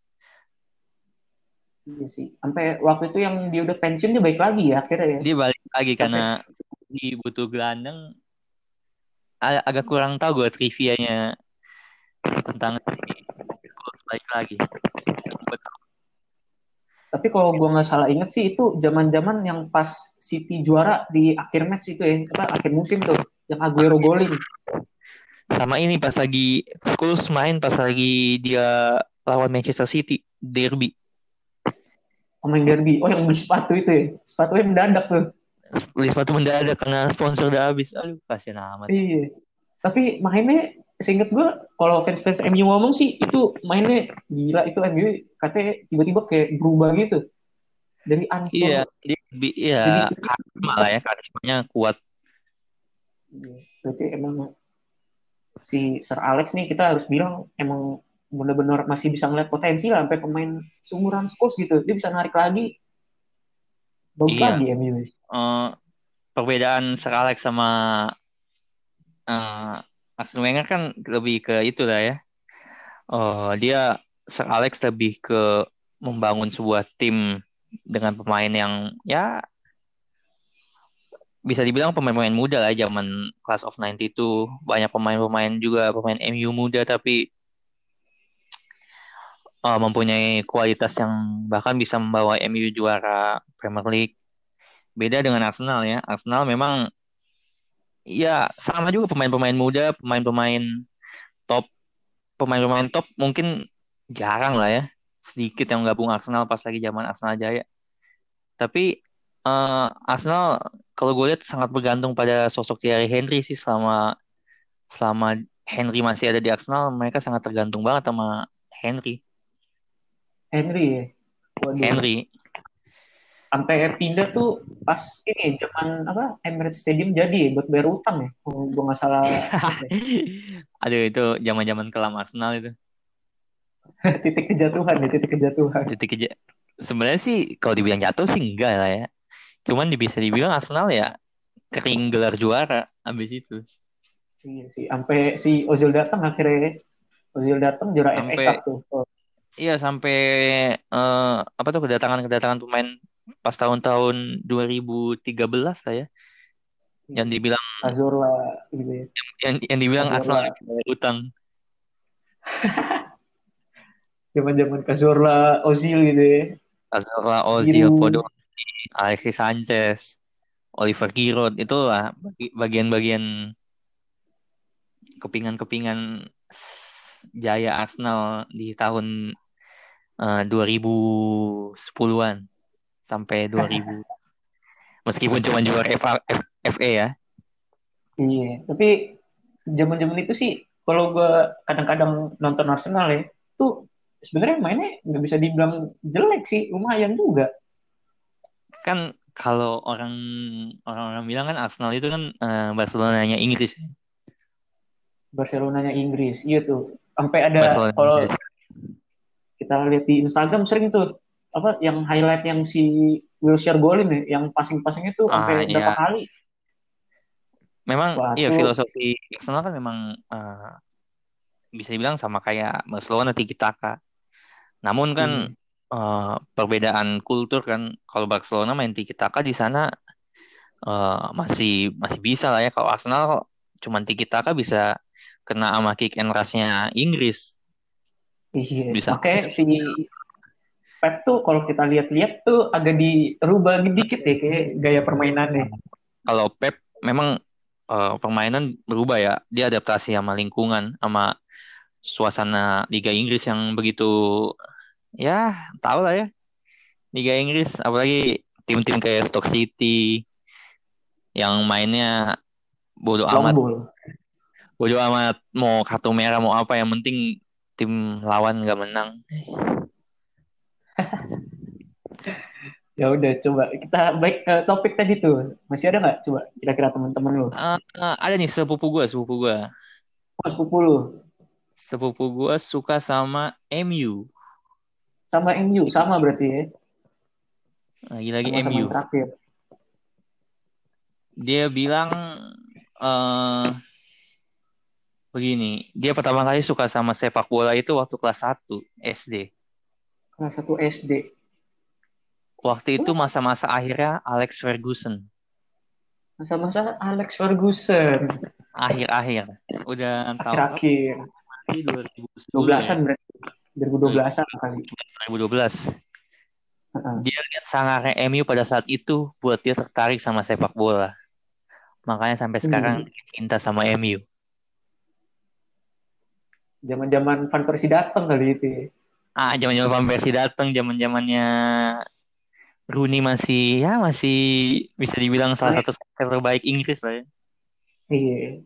iya sih. Sampai waktu itu yang dia udah pensiun dia baik lagi ya akhirnya ya. Dia balik lagi karena Sampai dibutuh gelandang. Agak kurang tahu gue trivianya tentang si Scholes balik lagi. tapi kalau gua nggak salah inget sih itu zaman-zaman yang pas City juara di akhir match itu ya, apa akhir musim tuh yang Aguero golin. Sama ini pas lagi Scholes main pas lagi dia lawan Manchester City derby. Pemain derby. Oh yang beli sepatu itu ya. Sepatunya mendadak tuh. Beli sepatu mendadak karena sponsor udah habis. Aduh, kasihan amat. Iya. Tapi mainnya seinget gue kalau fans-fans MU ngomong sih itu mainnya gila itu MU katanya tiba-tiba kayak berubah gitu dari Iya, ancur dia iya jadi karisma lah ya, karismanya kuat. iya. Berarti emang si Sir Alex nih kita harus bilang emang benar-benar masih bisa ngeliat potensi lah sampai pemain seumuran Scholes gitu dia bisa narik lagi bagus Iya, lagi MU. eh, perbedaan Sir Alex sama eh, Arsene Wenger kan lebih ke itu lah ya. Dia Sir Alex lebih ke membangun sebuah tim dengan pemain yang ya bisa dibilang pemain-pemain muda lah, zaman Class of 90 itu banyak pemain-pemain juga pemain MU muda tapi mempunyai kualitas yang bahkan bisa membawa MU juara Premier League. Beda dengan Arsenal ya. Arsenal memang ya sama juga pemain-pemain muda, top, pemain-pemain top mungkin jarang lah ya. Sedikit yang gabung Arsenal pas lagi zaman Arsenal Jaya. Tapi Arsenal kalau gue lihat sangat bergantung pada sosok Thierry Henry sih, selama selama Henry masih ada di Arsenal, mereka sangat tergantung banget sama Henry. Henry ya waduh Henry. sampai pindah tuh pas ini zaman apa Emirates Stadium jadi ya, buat bayar utang ya. Oh, gue nggak salah inget ya. Aduh itu zaman-zaman kelam Arsenal itu. Titik kejatuhan ya, titik kejatuhan. Titik aja. Sebenarnya sih kalau dibilang jatuh sih enggak lah ya. Cuman bisa dibilang Arsenal ya kering gelar juara abis itu. Iya sih, sampai si Ozil datang akhirnya. Ozil datang juara FA Cup Sampai tuh. Oh, iya sampai eh, apa tuh kedatangan-kedatangan pemain pas tahun-tahun 2013 lah ya. Yang iya. dibilang Cazorla gitu ya. yang dibilang Arsenal Cazorla. bayar utang. Zaman-zaman Cazorla, Ozil gitu ya. Cazorla, Ozil, Giroud. Podolski, Alexis Sanchez, Oliver Giroud itulah bagian-bagian kepingan-kepingan jaya Arsenal di tahun 2010-an sampai 2000 meskipun cuma juara FA ya. Iya, tapi zaman-zaman itu sih kalau gue kadang-kadang nonton Arsenal ya, tuh sebenarnya mainnya nggak bisa dibilang jelek sih, lumayan juga. Kan kalau orang-orang bilang kan Arsenal itu kan Barcelonanya Inggris. Barcelonanya Inggris, iya tuh. Sampai ada Barcelona kalau Inggris. kita lihat di Instagram sering tuh apa yang highlight yang si Wilshere golin ya, yang passing-passing itu Ah sampai berapa ya, kali. memang Wah, iya tuh filosofi Arsenal kan memang bisa dibilang sama kayak Barcelona tiki taka. Namun kan iya, perbedaan kultur kan kalau Barcelona main tiki taka di sana masih masih bisa lah ya. Kalau Arsenal cuman tiki taka bisa kena sama kick and rush-nya Inggris. iya. Bisa. Makanya si Pep tuh kalau kita lihat-lihat tuh agak dirubah dikit ya kayak gaya permainannya. Kalau Pep memang permainan berubah ya. Dia adaptasi sama lingkungan, sama suasana Liga Inggris yang begitu ya tahu lah ya. Liga Inggris apalagi tim-tim kayak Stoke City yang mainnya bodo Long amat, ball. bodo amat mau kartu merah mau apa yang penting tim lawan nggak menang. Ya udah coba kita balik ke topik tadi tuh. Masih ada nggak coba kira-kira teman-teman lu? Ada nih sepupu gue, Oh, sepupu lu. sepupu gue suka sama MU, Sama MU sama berarti ya. lagi-lagi Sama-sama MU. yang terakhir. Dia bilang eh begini, dia pertama kali suka sama sepak bola itu waktu kelas 1 SD. Kelas 1 SD. Waktu itu Oh, masa-masa akhirnya Alex Ferguson. masa-masa Alex Ferguson. Akhir-akhir. Udah tahun berapa? Akhir-akhir. Ini 2010 ya. 12-an berarti. 2012-an kali. 2012. Heeh. Dia lihat sangarnya MU pada saat itu buat dia tertarik sama sepak bola. Makanya sampai sekarang Hmm. dia cinta sama MU. Zaman-zaman Van Persie datang kali itu ya. Zaman-zaman Van Persie datang, zaman-zamannya Rooney masih bisa dibilang salah Aneh. satu striker terbaik Inggris lah ya. Iya.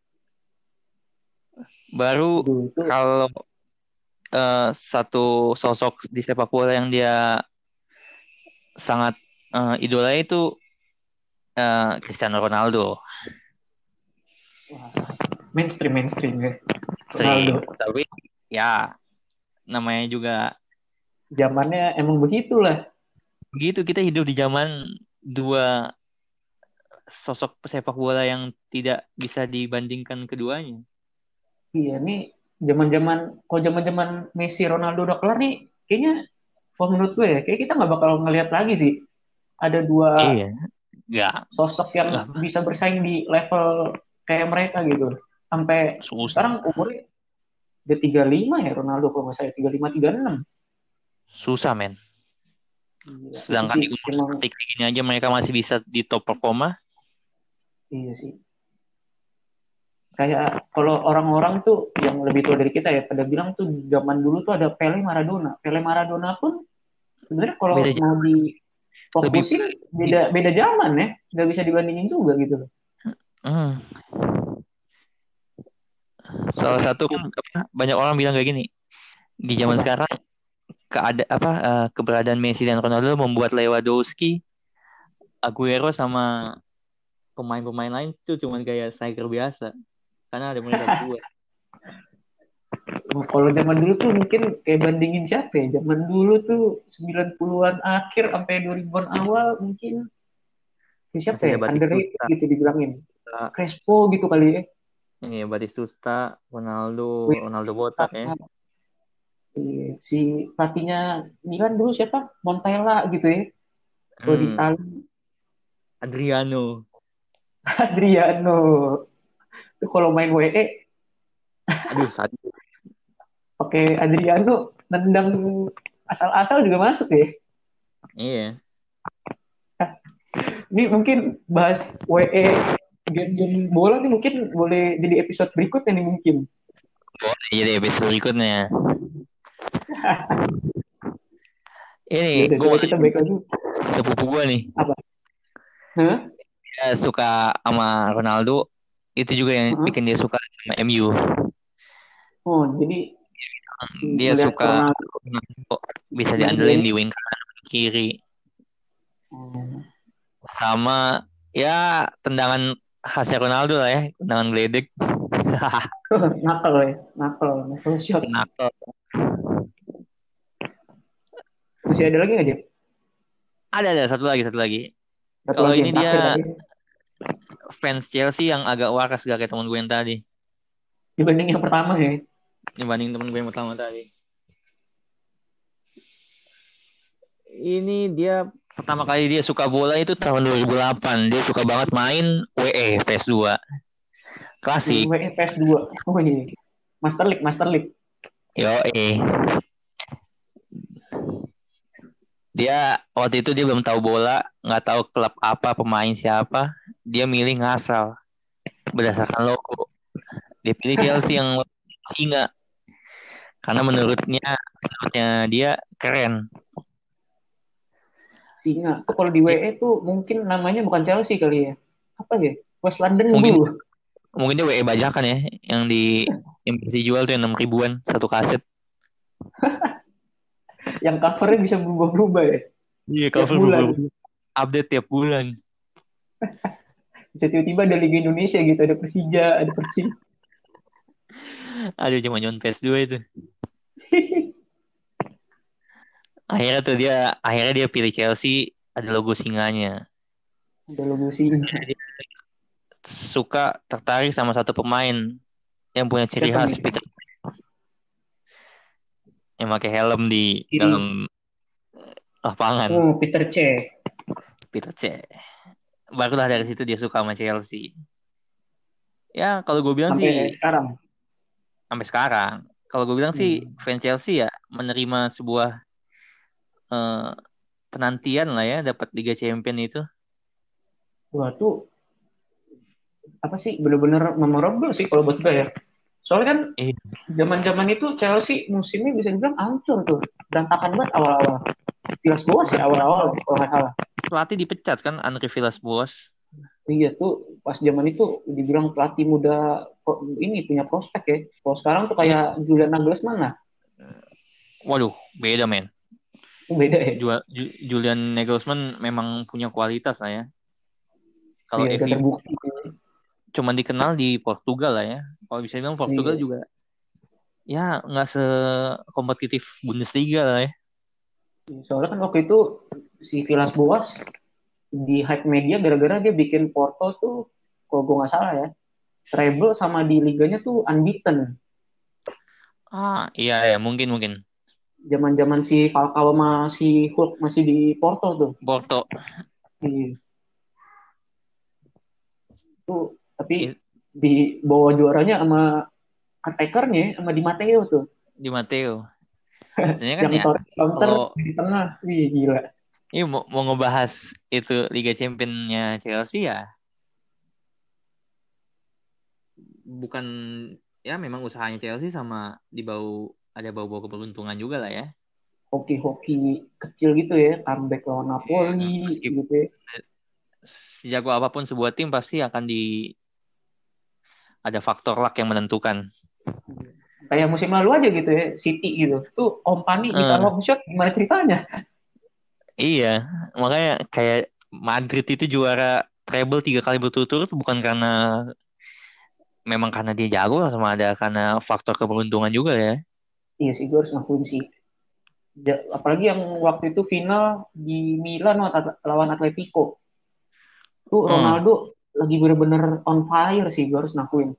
Baru Aduh, itu kalau satu sosok di sepak bola yang dia sangat idola itu Cristiano Ronaldo. wah, mainstream ya. Sering, Ronaldo. tapi ya namanya juga Zamannya emang begitulah. begitu kita hidup di zaman dua sosok sepak bola yang tidak bisa dibandingkan keduanya. Iya, nih zaman-zaman kalau zaman-zaman Messi Ronaldo udah kelar nih, kayaknya kalau menurut gue ya, kayak kita nggak bakal ngelihat lagi sih. Ada dua Iya, nggak sosok yang apa bisa bersaing di level kayak mereka gitu. Sampai susah, sekarang umurnya udah 35 ya Ronaldo kalau nggak salah 35 36. susah men. Gila, itu Sedangkan sih di umur emang seperti ini aja mereka masih bisa di top performa. iya sih. Kayak kalau orang-orang tuh yang lebih tua dari kita ya pada bilang tuh zaman dulu tuh ada Pele Maradona. Pele Maradona pun sebenarnya kalau Beda mau lebih difokusin beda beda zaman ya, nggak bisa dibandingin juga gitu loh. hmm, salah satu kan banyak orang bilang kayak gini di zaman Apa? sekarang keberadaan Messi dan Ronaldo membuat Lewandowski, Aguero sama pemain-pemain lain tuh cuman kayak striker biasa karena ada mereka berdua. Kalau zaman dulu tuh mungkin kayak bandingin siapa ya? Zaman dulu tuh 90-an akhir sampai 2000-an awal mungkin siapa Masih ya? ada Underrated Batistuta, gitu dibilangin. Crespo gitu kali ya. ini Batistuta, Ronaldo, Wih, Ronaldo botak ya. si pelatihnya Milan dulu siapa? Montella gitu ya. Kalau di Hmm, Itali Adriano. Adriano. Itu kalau main WE Aduh, satu. pakai Adriano nendang asal-asal juga masuk ya. Iya. Ini mungkin bahas WE game-game bola nih mungkin boleh jadi episode berikutnya nih mungkin. Jadi episode berikutnya. Ya Ini udah gue coba mau kita nanya balik lagi sepupu gue nih. apa? Hah? Dia suka sama Ronaldo. Itu juga yang Hah? bikin dia suka sama MU. Oh, jadi Dia melihat suka Ronaldo Ronaldo bisa main di diandelin MU. di wing kanan kiri. Oh. Sama ya tendangan khasnya Ronaldo lah ya. Tendangan geledek. Nakal ya, nakal shot. Nakal. Masih ada lagi nggak Jep? Ada satu lagi. Satu Kalau lagi ini yang terakhir dia tadi fans Chelsea yang agak waras gak kayak teman gue yang tadi. dibanding yang pertama ya. Dibanding temen gue yang pertama tadi. Ini dia pertama kali dia suka bola itu tahun 2008. Dia suka banget main WE PS2. Main Klasik. WE PS2. Oh iya. Master League, Master League. Yo dia waktu itu dia belum tahu bola, nggak tahu klub apa, pemain siapa. Dia milih ngasal berdasarkan logo. Dia pilih Chelsea yang singa karena menurutnya dia keren. Singa. Tuh kalau di WE tuh mungkin namanya bukan Chelsea kali ya. Apa ya? West London Mungkin Blue. mungkin dia WE bajakan ya, yang bisa dijual tuh yang 6 ribuan satu kaset. Yang covernya bisa berubah-berubah ya. Iya, Tiap cover bulan. update tiap bulan. Bisa tiba-tiba ada Liga Indonesia gitu. Ada Persija, ada Persib. Aduh, cuma nyon PS2 itu. Akhirnya dia pilih Chelsea, ada logo singanya. Ada logo singa. Dia suka tertarik sama satu pemain yang punya ciri Siapa khas nih? Peter, yang pakai helm di Kiri. dalam lapangan. Oh, Peter C. Peter C. Barulah dari situ dia suka sama Chelsea. Ya, kalau gue bilang Sampai sih sekarang. sampai sekarang. Kalau gue bilang sih Hmm. fans Chelsea ya menerima sebuah eh, penantian lah ya dapat Liga Champion itu. Wah, tuh apa sih bener-bener memorable sih kalau buat gue ya. Soalnya kan Eh, zaman-zaman itu Chelsea musimnya bisa dibilang hancur tuh. Berantakan banget awal-awal. Jelas bos ya awal-awal kalau nggak salah. pelatih dipecat kan Andre Villas-Boas. Iya tuh pas zaman itu dibilang pelatih muda ini punya prospek ya. Kalau sekarang tuh kayak Julian Nagelsmann lah. Waduh, beda men. Itu beda ya. Julian Nagelsmann memang punya kualitas lah ya. Kalau Iya udah Evi terbukti. cuma dikenal di Portugal lah ya. Kalau bisa bilang Portugal Iya. juga ya nggak sekompetitif Bundesliga lah ya. Soalnya kan waktu itu si Villas Boas di hype media gara-gara dia bikin Porto tuh kalau gue nggak salah ya treble sama di liganya tuh unbeaten. Ah, iya ya, mungkin. Zaman-zaman si Falcao sama si Hulk masih di Porto tuh. Porto Iya. Tuh tapi i- di bawah juaranya sama caretakernya sama Di Matteo tuh. di Matteo. Sebenarnya kan Yang ya Torres counter kalau di tengah. Wih gila. ini mau ngebahas itu Liga Championnya Chelsea ya bukan ya memang usahanya Chelsea sama ada bau-bau keberuntungan juga lah ya. Hoki-hoki kecil gitu ya. Comeback lawan Iya, Napoli meskipun gitu ya. sejago apapun sebuah tim pasti akan ada faktor luck yang menentukan. Kayak musim lalu aja gitu ya, City gitu. Tuh Kompany bisa Eh, long shot, gimana ceritanya? iya, makanya kayak Madrid itu juara treble 3 kali berturut-turut bukan karena memang karena dia jago lah, sama ada karena faktor keberuntungan juga ya. Iya sih, gue harus ngakuin sih. Apalagi yang waktu itu final di Milan lawan Atletico. Tuh Hmm, Ronaldo lagi bener-bener on fire sih, gue harus ngakuin.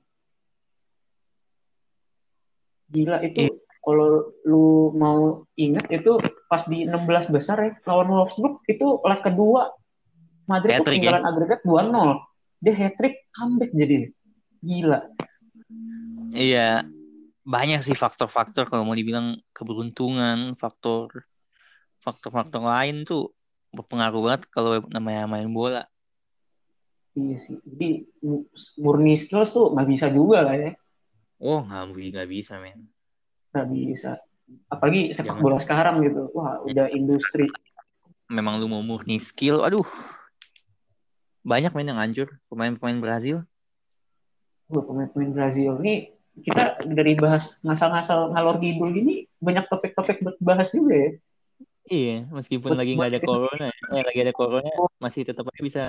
Gila itu, iya, kalau lu mau ingat itu pas di 16 besar ya, lawan Wolfsburg itu leg kedua, Madrid tuh hat-trick ya. ketinggalan agregat 2-0. Dia hat-trick comeback jadi. Gila. Iya, banyak sih faktor-faktor kalau mau dibilang keberuntungan, faktor-faktor lain tuh berpengaruh banget kalau namanya main bola. Iya sih. Jadi murni skills tuh nggak bisa juga lah ya. Oh, nggak bisa men. Nggak bisa. Apalagi sepak Jangan bola sekarang gitu. Wah, udah industri. memang lu mau murni skill, aduh banyak men yang hancur pemain-pemain Brazil. Wah, pemain-pemain Brazil. Nih, kita dari bahas ngasal-ngasal ngalor ngidul gini, banyak topik-topik buat bahas juga ya. Iya, meskipun Buat, lagi buat nggak ada corona, lagi ada corona masih tetap aja bisa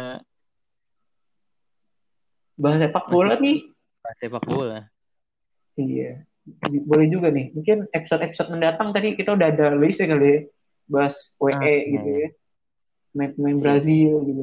bahas sepak masih bola nih. bahas sepak bola. Iya. Boleh juga nih. Mungkin episode-episode mendatang tadi kita udah ada list ya kali ya. Bahas Ah, WE iya, gitu iya. ya. Pemain-pemain Siap. Brazil gitu.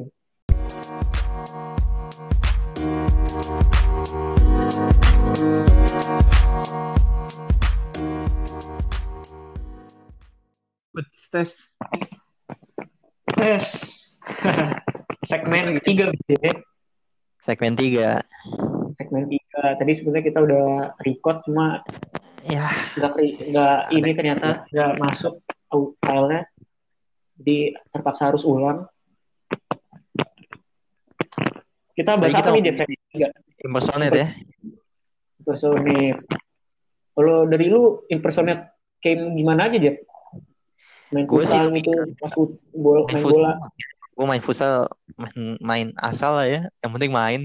Tes. Tes. Segmen 3 gitu ya. Segmen 3. Segmen 3. Tadi sebenarnya kita udah record cuma Ya, nggak ada ini ternyata nggak masuk filenya. Jadi terpaksa harus ulang. Kita bahas tadi apa kita nih, Jeff? ngomongin Tiga. impersonate ya. Impersonate. Kalau dari lu impersonate game gimana aja, Jeff? Main Gue sih futsal lebih gitu, ke pas bola, main main bola. futsal. Gue main futsal, main asal lah ya. Yang penting main.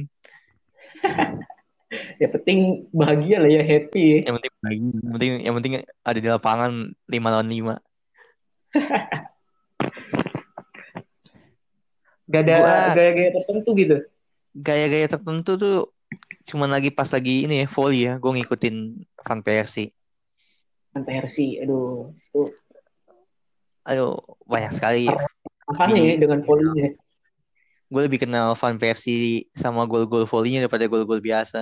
Ya penting bahagia lah ya, happy ya. Yang penting main. Yang penting ada di lapangan 5 lawan 5. Gak ada Gue gaya-gaya tertentu gitu. gaya-gaya tertentu tuh cuman lagi pas lagi ini ya volley ya. Gue ngikutin Van Persie. Kan versi, aduh, itu Aduh, banyak sekali. apa Lebih nih ya dengan polinya. gue lebih kenal Van Persie sama gol-gol volleynya daripada gol-gol biasa.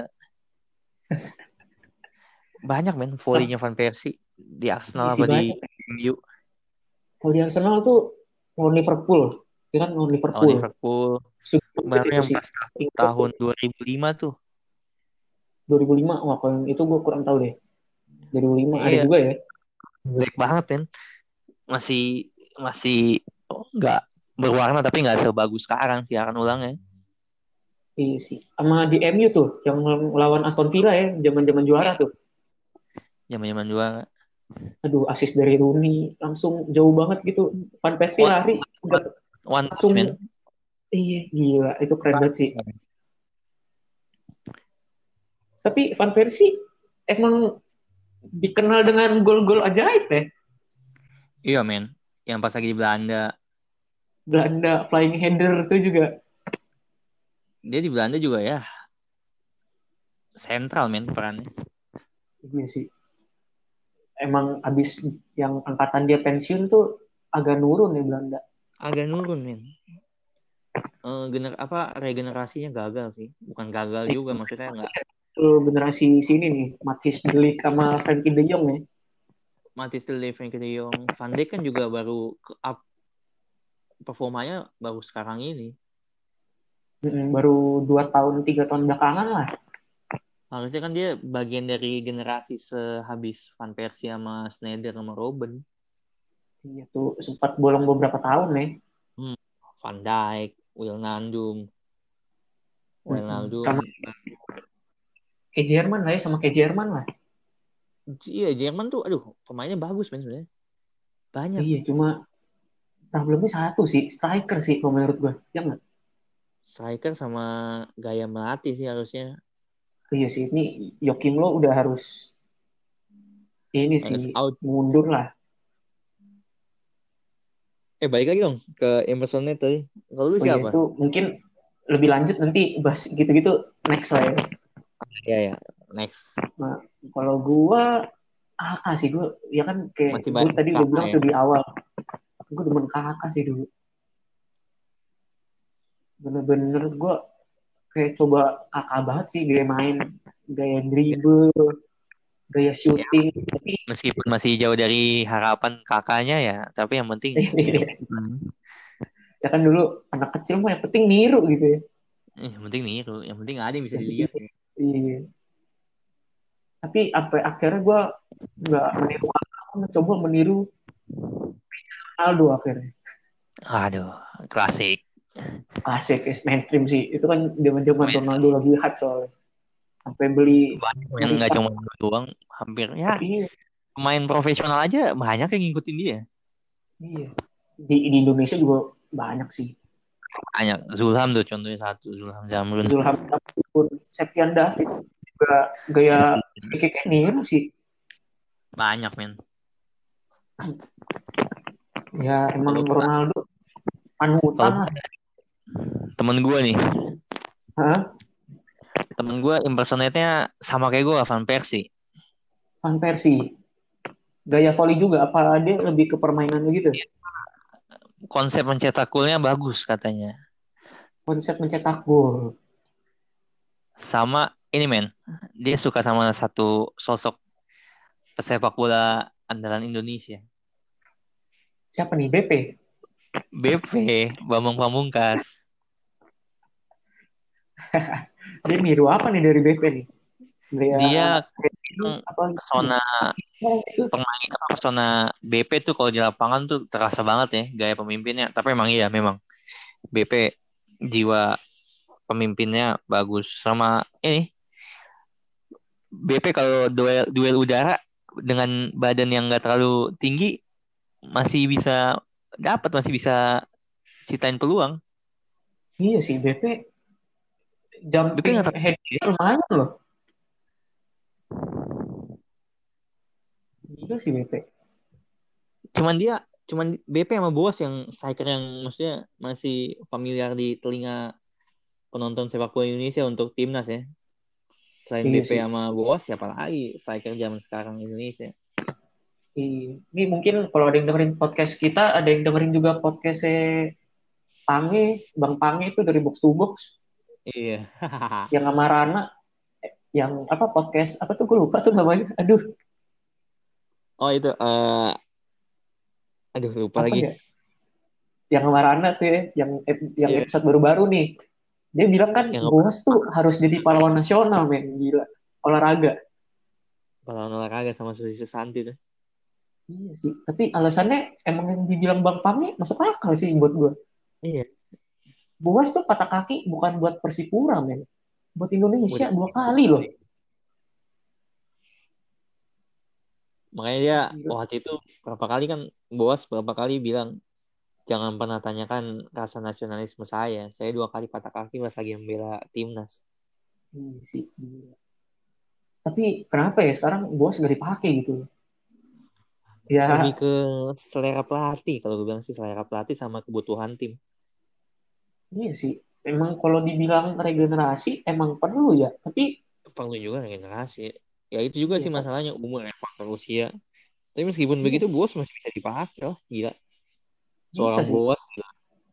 Banyak men volleynya Van Persie di Arsenal Isi apa di banyak. MU. Kalau di Arsenal tuh lawan Liverpool, ya kan lawan Lawan Liverpool. Liverpool. Sulit Baru itu yang sih. pas tahun 2005 tuh. 2005, wah kalau yang itu gue kurang tahu deh. 2005 ada Iya, juga ya. jelek banget men. Masih masih nggak berwarna tapi nggak sebagus sekarang sih akan ulangnya. Iya sih. Sama di MU tuh, yang lawan Aston Villa ya, zaman-zaman juara Iya, tuh. zaman-zaman juara. Aduh, asis dari Rooney langsung jauh banget gitu. Van Persie One, lari, udah one, one touch langsung, man. iya gila, itu keren banget sih. Tapi Van Persie emang dikenal dengan gol-gol ajaib ya. Iya men. Yang pas lagi di Belanda. Belanda flying header itu juga. Dia di Belanda juga ya sentral men perannya. Iya sih. Emang abis yang angkatan dia pensiun tuh agak nurun ya Belanda. Agak nurun men. Apa regenerasinya gagal sih. Bukan gagal juga maksudnya nggak. Itu generasi sini nih, Matthijs de Ligt sama Frankie de Jong ya. Matis de Ligt, Frenkie de Jong, Van Dijk kan juga baru ke up performanya baru sekarang ini. Baru 2 tahun 3 tahun belakangan lah. Harusnya kan dia bagian dari generasi sehabis Van Persie sama Sneijder sama Robben. Iya tuh sempat bolong beberapa tahun nih. Hmm. Van Dijk, Wijnaldum, Sama Wijnaldum. kayak Jerman lah ya, sama kayak Jerman lah. Iya, Jerman tuh aduh, pemainnya bagus men sebenarnya. Banyak. Iya, cuma problemnya satu sih, striker sih kalau menurut gue. Ya nggak? Striker sama gaya melatih sih harusnya. Iya sih, ini Joachim Low udah harus ini sih Hangs out. mundur lah. Balik lagi dong ke impersonate tadi. Kalau lu Oh ya siapa? itu mungkin lebih lanjut nanti bahas gitu-gitu next lah ya. Ya ya, next. Nah, kalau gua kakak sih gua ya kan kayak Masih gue banyak tadi udah kakak bilang ya. tuh di awal gue demen kakak sih dulu bener-bener gue kayak coba kakak banget sih gaya main gaya dribble gaya Ya, shooting tapi meskipun masih jauh dari harapan kakaknya ya, tapi yang penting niru. ya kan dulu anak kecil mah yang penting niru gitu ya Yang penting niru, yang penting ada yang bisa yang penting dilihat ya. iya tapi apa akhirnya gue nggak meniru kakak aku mencoba meniru Ronaldo akhirnya Aduh, klasik. asik mainstream sih itu kan zaman zaman Ronaldo lagi hot soalnya sampai beli Banyak yang beli nggak sepatu cuma doang, hampir ya iya pemain profesional aja banyak yang ngikutin dia. iya di Indonesia juga banyak sih Banyak. Zulham tuh contohnya satu, Zulham Zamrun. Zulham pun Septian David juga gaya free kick niru sih Banyak men. ya emang Kalau gua, Ronaldo kalau panutan lah gua, temen gue nih, Hah? temen gue impersonate-nya sama kayak gue, Van Persie. Van Persie gaya volley juga apa dia lebih ke permainannya gitu Konsep mencetak golnya bagus katanya. konsep mencetak gol Sama ini men, dia suka sama satu sosok pesepak bola andalan Indonesia. siapa nih BP BP, Bambang Pamungkas. dia niru apa nih dari BP nih gaya Dia ini apa gitu pesona oh, itu pemain apa pesona BP tuh kalau di lapangan tuh terasa banget ya gaya pemimpinnya. Tapi emang iya memang BP jiwa pemimpinnya bagus sama ini BP kalau duel duel udara dengan badan yang nggak terlalu tinggi masih bisa dapat masih bisa ciptain peluang. iya sih BP BP jumping nggak terlalu head tinggi ya. lumayan loh gila sih BP Cuman dia cuman BP sama Boas yang striker yang maksudnya masih familiar di telinga penonton sepak bola Indonesia untuk timnas ya. Selain iya BP sih sama Boas siapa lagi striker zaman sekarang Indonesia. iya. Ini mungkin kalau ada yang dengerin podcast kita, ada yang dengerin juga podcastnya Pange, Bang Pange itu dari Box to Box, Iya. yang sama Rana, yang apa podcast apa tuh gue lupa tuh namanya. Aduh, Oh itu aduh lupa apa lagi. ya? Yang sama Rana tuh ya, yang Iya. episode baru-baru nih. Dia bilang kan Yang Boas tuh harus jadi pahlawan nasional, men. Gila. Olahraga. pahlawan olahraga sama Susi Susanti tuh. Iya sih. Tapi alasannya emang yang dibilang Bang Pange masuk akal sih buat gue. Iya. Boas tuh patah kaki bukan buat Persipura, men. Buat Indonesia Udah. 2 kali loh. Makanya dia Gila. waktu itu berapa kali kan Boas berapa kali bilang jangan pernah tanyakan rasa nasionalisme saya. Saya 2 kali patah kaki pas lagi membela timnas. Iya sih. Gila. Tapi kenapa ya sekarang Boas gak dipakai gitu loh. Lebih Ya ke selera pelatih kalau gue bilang sih selera pelatih sama kebutuhan tim. iya sih. Emang kalau dibilang regenerasi emang perlu ya. Tapi Perlu juga regenerasi. Ya itu juga ya sih masalahnya umur ya faktor usia. Tapi meskipun iya begitu sih. Boas masih bisa dipakai loh. Gila. Bisa Seorang sih. Boas gila.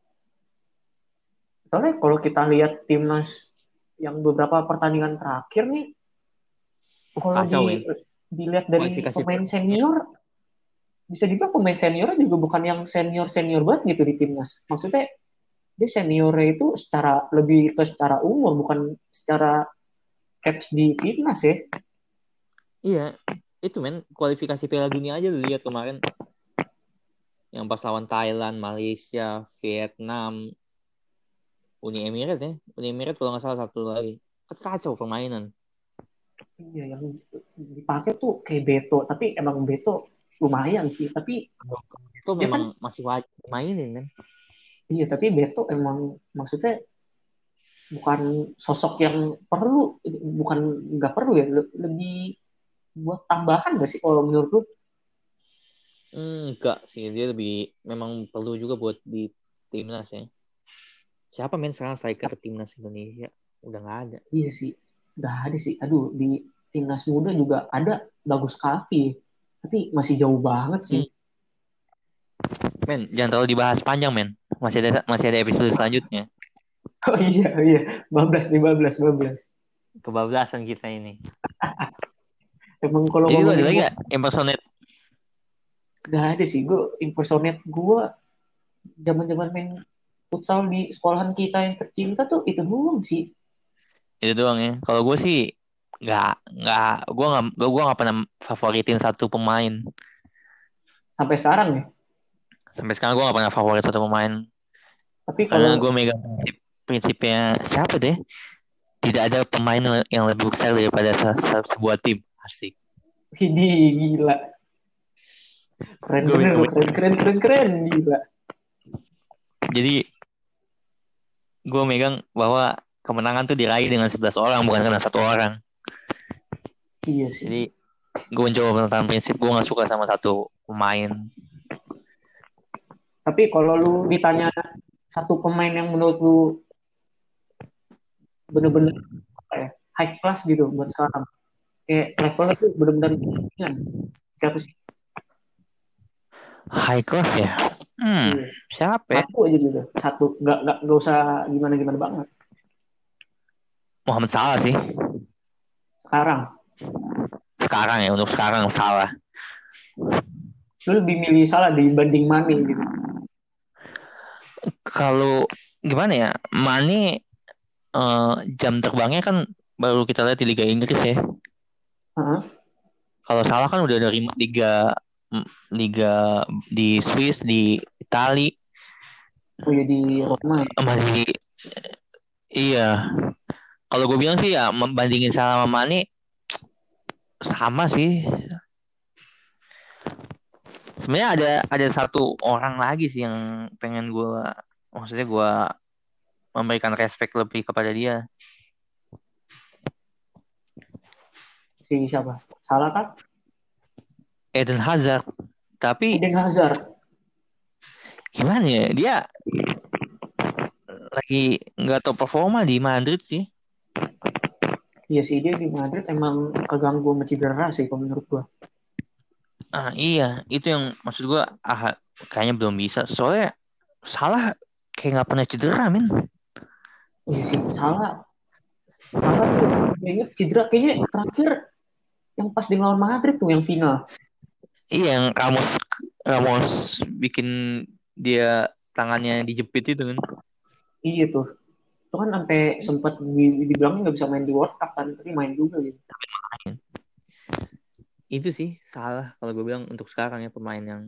Soalnya kalau kita lihat timnas yang beberapa pertandingan terakhir nih, kalau Kacau men. dilihat dari Kualifikasi pemain piala. senior, bisa dibilang pemain seniornya juga bukan yang senior senior banget gitu di timnas. Maksudnya dia seniornya itu secara lebih ke secara umur bukan secara caps di timnas ya. Iya, itu men kualifikasi Piala Dunia aja lu lihat kemarin yang pas lawan Thailand, Malaysia, Vietnam, Uni Emirat ya. Uni Emirat kalau nggak salah satu lagi. Kan kacau permainan. Iya, yang dipakai tuh kayak Beto, tapi emang Beto lumayan sih. Tapi Itu dia memang kan, masih wajib mainin kan. iya, tapi Beto emang maksudnya bukan sosok yang perlu, bukan nggak perlu ya, lebih. buat tambahan gak sih kalau menurut lu? Enggak sih, dia lebih memang perlu juga buat di timnas ya. Siapa main sekarang striker timnas Indonesia? Udah nggak ada. Iya sih, nggak ada sih. Aduh, di timnas muda juga ada Bagus Kavi, tapi masih jauh banget sih. Hmm. Men, jangan terlalu dibahas panjang, men. Masih ada episode selanjutnya. Oh iya, iya. Bablas nih, bablas, bablas. Kebablasan kita ini. Emang kalau Jadi lu ada ngomongin lagi gua, gak impersonate? nggak ada sih. Gue impersonate gue zaman-zaman main futsal di sekolahan kita yang tercinta tuh itu doang sih. Itu doang ya. Kalau gue sih nggak nggak gue nggak pernah favoritin satu pemain. Sampai sekarang ya. Sampai sekarang gue nggak pernah favorit satu pemain Tapi karena kalau gue megang prinsipnya siapa deh? Tidak ada pemain yang lebih besar daripada sebuah tim. Asik. ini gila, keren Gue, bener, gue keren, keren, keren, keren, gila. jadi gue megang bahwa kemenangan tuh diraih dengan 11 orang bukan karena satu orang. Iya sih. Jadi gue mencoba menentang prinsip gue nggak suka sama satu pemain. Tapi kalau lu ditanya satu pemain yang menurut lu bener-bener apa ya, high class gitu buat sekarang, kayak levelnya tuh bener-bener tinggi, siapa sih? High class ya. Iya. Siapa ya? Satu aja gitu, satu, nggak usah gimana gimana banget. Muhammad Salah sih. Sekarang Sekarang ya, untuk sekarang Salah. lu lebih milih Salah dibanding Mane gitu. Kalau gimana ya, Mane jam terbangnya kan baru kita lihat di Liga Inggris ya. Heeh. Kalau Salah kan udah dari liga liga di Swiss, di Itali, Oh ya di Roma ya. masih iya. Kalau gue bilang sih ya membandingin Salah sama Mane sama sih. Sebenarnya ada satu orang lagi sih yang pengen gue, maksudnya gue memberikan respect lebih kepada dia. Si siapa? Salah kan? Eden Hazard. Tapi Eden Hazard. gimana ya, dia lagi nggak tahu performa di Madrid sih. Iya sih dia di Madrid emang keganggu sama cedera sih kalau menurut gua. Iya, itu yang maksud gue, kayaknya belum bisa. Soalnya Salah kayak nggak pernah cedera, men. Iya sih Salah. Salah tuh gue inget cedera kayaknya terakhir yang pas di lawan Madrid tuh yang final. Iya, yang Ramos Ramos bikin dia tangannya dijepit itu kan. Iya tuh. Itu kan sampai sempat dibilang nggak bisa main di World Cup kan, tapi main juga gitu. Itu sih Salah kalau gue bilang untuk sekarang ya, pemain yang.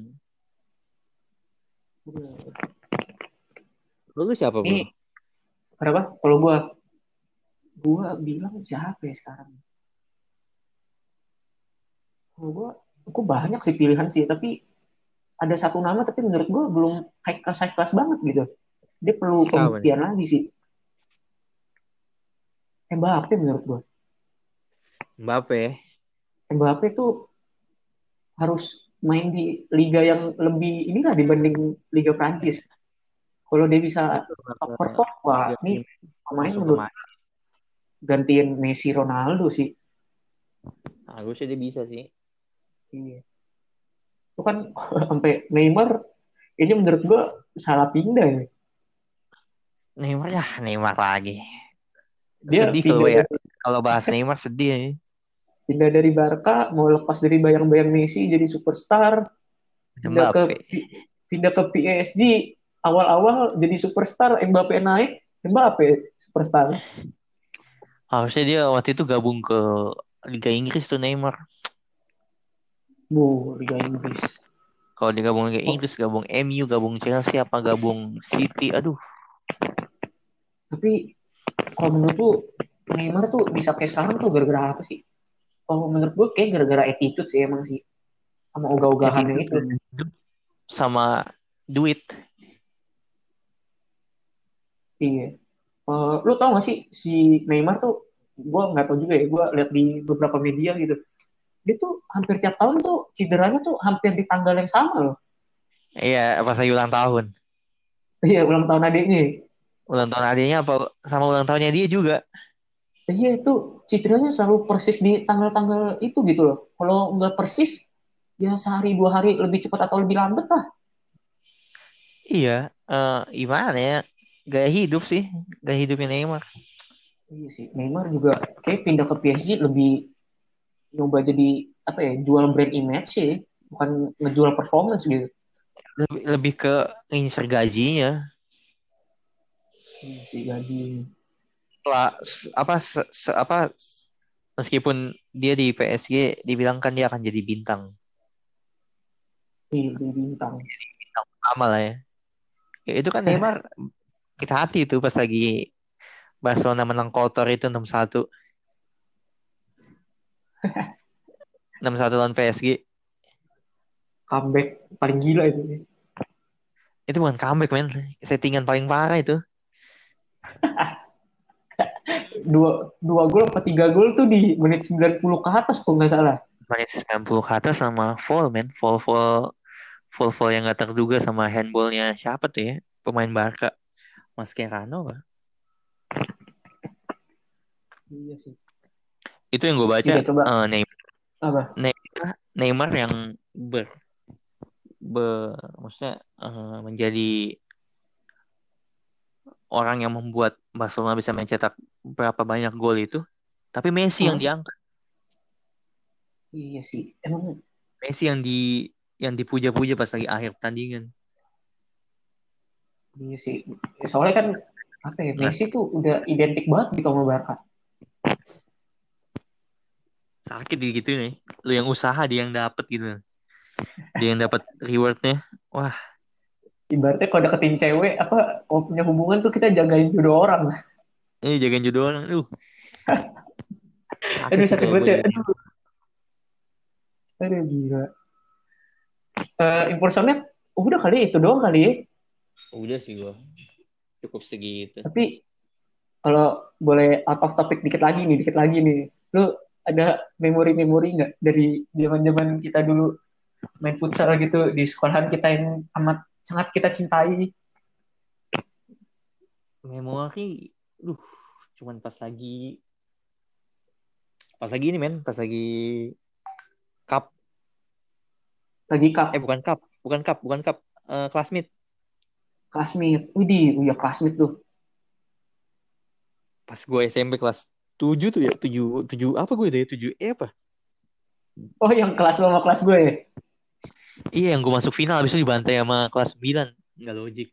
Lalu siapa bro? Ini berapa? Kalau gua bilang siapa ya sekarang? Kalau gua banyak sih pilihan sih, tapi ada satu nama tapi menurut gua belum high class banget gitu. Dia perlu Siapa nih? pembuktian lagi sih. Mbappe menurut gua. Mbappe. Mbappe tuh harus main di liga yang lebih inilah dibanding Liga Prancis. Kalau dia bisa top perform, wah Liga ini Primer pemain langsung menurut kemana? gantiin Messi Ronaldo sih. Harusnya dia bisa sih. Iya. Itu kan sampai Neymar kayaknya menurut gua salah pindah ya. Neymar ya, Neymar lagi. Dia Sedih kalau pindah ya. dari Kalau bahas Neymar sedih ya. pindah dari Barca mau lepas dari bayang-bayang Messi jadi superstar, pindah ke Mbappe. pindah ke PSG awal-awal jadi superstar, Mbappe naik, Mbappe superstar. Harusnya dia waktu itu gabung ke Liga Inggris tuh Neymar. Liga Inggris. Kalau dia gabung Liga Oh, Inggris, gabung MU, gabung Chelsea, apa gabung City. Aduh, tapi kalau menurut tuh Neymar tuh bisa kayak sekarang tuh gara-gara apa sih? Kalau menurut gue kayak gara-gara attitude sih emang sih, sama ogah-ogahannya attitude itu. sama duit. Iya. Lu tau gak sih si Neymar tuh, gue nggak tahu juga ya, gue lihat di beberapa media gitu. dia tuh hampir tiap tahun tuh cederanya tuh hampir di tanggal yang sama loh. Iya, pas lagi ulang tahun. Iya, ulang tahun adiknya. Ulang tahun adiknya apa sama ulang tahunnya dia juga. Iya, itu cederanya selalu persis di tanggal-tanggal itu gitu loh. Kalau nggak persis, ya sehari 2 hari lebih cepat atau lebih lambat lah. Iya, gimana ya? Gaya hidup sih, gaya hidupnya Neymar. Iya sih, Neymar juga kayak pindah ke PSG lebih nyoba jadi apa ya, jual brand image sih, bukan ngejual performance gitu. Lebih ke ngincer gajinya. Iya sih gaji. Lah, meskipun dia di PSG dibilang kan dia akan jadi bintang. Iya, di bintang. Bintang utama lah ya. Ya, itu kan Neymar kita hati itu pas lagi Barcelona menang kotor itu 6-1 6-1 lawan PSG. Comeback paling gila itu. Itu bukan comeback men, settingan paling parah itu. Dua gol apa 3 gol tuh di menit 90 ke atas kok nggak salah. Menit 90 ke atas sama foul men, foul yang gak terduga sama handballnya siapa tuh ya, pemain Barca, Mascherano apa? Iya sih. Itu yang gue baca, Juga coba Neymar, apa? Neymar, Neymar yang ber, maksudnya menjadi orang yang membuat Barcelona bisa mencetak berapa banyak gol itu, tapi Messi yang Hah? diangkat, Iya sih. Emang Messi yang dipuja-puja pas lagi akhir pertandingan. iya sih. Soalnya kan apa ya, Nggak Messi tuh udah identik banget gitu sama Barca. sakit gitu nih, lu yang usaha dia yang dapet gitu, dia yang dapat rewardnya. Wah, Ibaratnya kalau deketin cewek apa, kalau punya hubungan tuh kita jagain jodoh orang lah. ini jagain jodoh orang, sakit Aduh sih sakit kalau gue banget ya. jadi dia. Aduh gila. Impor Sonic udah kali itu doang kali ya. Udah sih gue cukup segitu. Tapi kalau boleh out of topic dikit lagi nih, dikit lagi nih. Lu ada memori-memori nggak dari zaman-zaman kita dulu main futsal gitu di sekolahan kita yang amat sangat kita cintai? Memori, duh, cuman pas lagi ini men, pas lagi cup, Lagi cup, bukan cup, bukan cup, classmate. classmate. Widih, oh iya classmate tuh. Pas gue SMP kelas 7 tuh ya, 7 7 apa gue deh, 7 apa? Oh yang kelas lo sama kelas gue ya? Iya, yang gue masuk final habis itu dibantai sama kelas 9. Nggak logik.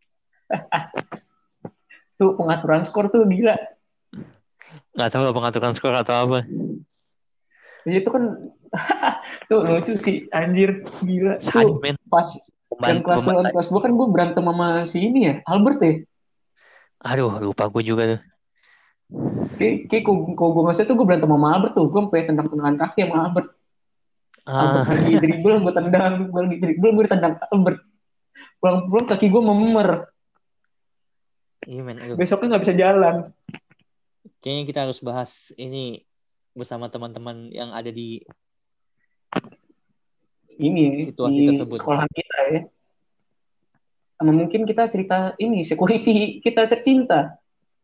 Tuh pengaturan skor tuh gila. Nggak tahu lah pengaturan skor atau apa. Jadi itu kan tuh lucu sih anjir, gila. Tuh Sadis men. pas yang kelas lo Pembantai. kelas gue kan gue berantem sama si ini ya, Albert ya. Aduh, lupa gue juga tuh. Kayak kalau gue nggak salah tuh gue berantem sama Albert tuh. Gue sampai tendang-tendangan kaki sama Albert. Albert Ah, lagi dribble, gue tendang. Gue lagi dribble, gue tendang Albert. Pulang-pulang kaki gue memer. iya men. Aduh. Besoknya nggak bisa jalan. Kayaknya kita harus bahas ini bersama teman-teman yang ada di Ini di situasi tersebut. sekolahan kita ya. Sama mungkin kita cerita ini, security kita tercinta.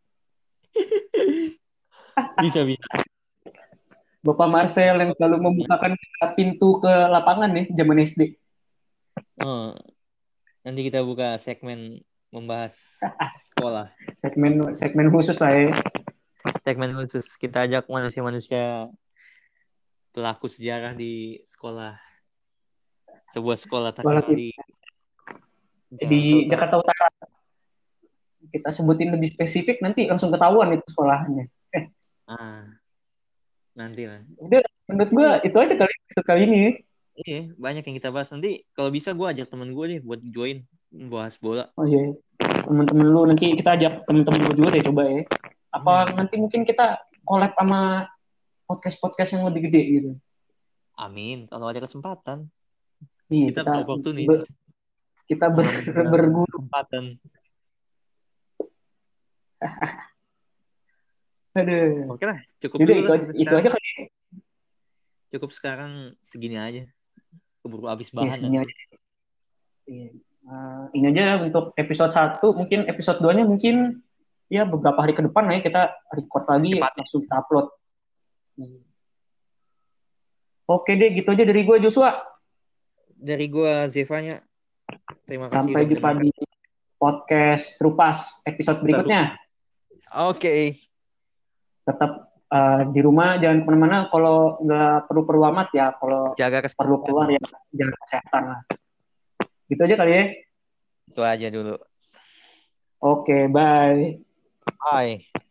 Bisa, bisa. Bapak Marcel yang selalu membukakan kita pintu ke lapangan ya, zaman SD. Oh, nanti kita buka segmen membahas sekolah. Segmen segmen khusus lah ya. Segmen khusus. Kita ajak manusia-manusia pelaku sejarah di sekolah. Sebuah sekolah Sekolah terkenal di kita Jakarta di Utara. Jakarta Utara. Kita sebutin lebih spesifik nanti langsung ketahuan itu sekolahannya. Ah, nanti lah. Udah, menurut gua Ini, itu aja kali episode kali ini. iya, banyak yang kita bahas. Nanti kalau bisa gue ajak temen gue deh buat join bahas bola. Oh iya, teman-teman lu nanti kita ajak teman-teman lu juga deh coba ya. Apa Hmm, nanti mungkin kita collab sama podcast-podcast yang lebih gede gitu. amin. Kalau ada kesempatan, Iya, kita kita oportunis ber, kita mengambil berguru. kesempatan. Aduh. Oke lah, cukup Jadi dulu itu lah aja, untuk itu sekarang. aja kali. Cukup sekarang segini aja. Keburu habis Ya, bahan segini nanti. aja. Iya. Ini aja untuk episode satu, mungkin episode 2-nya mungkin ya beberapa hari ke depan ya kita record lagi Secepatnya. langsung kita upload. Oke deh, gitu aja dari gue Joshua. Dari gua Zevanya, terima kasih Sampai udah jumpa mendengar. di podcast Trupas episode berikutnya. Oke. Tetap di rumah, jangan kemana-mana. Kalau nggak perlu-perlu amat ya, kalau Jaga perlu kesehatan. keluar ya jaga kesehatan lah. Gitu aja kali ya. Itu aja dulu. Oke, bye. Bye.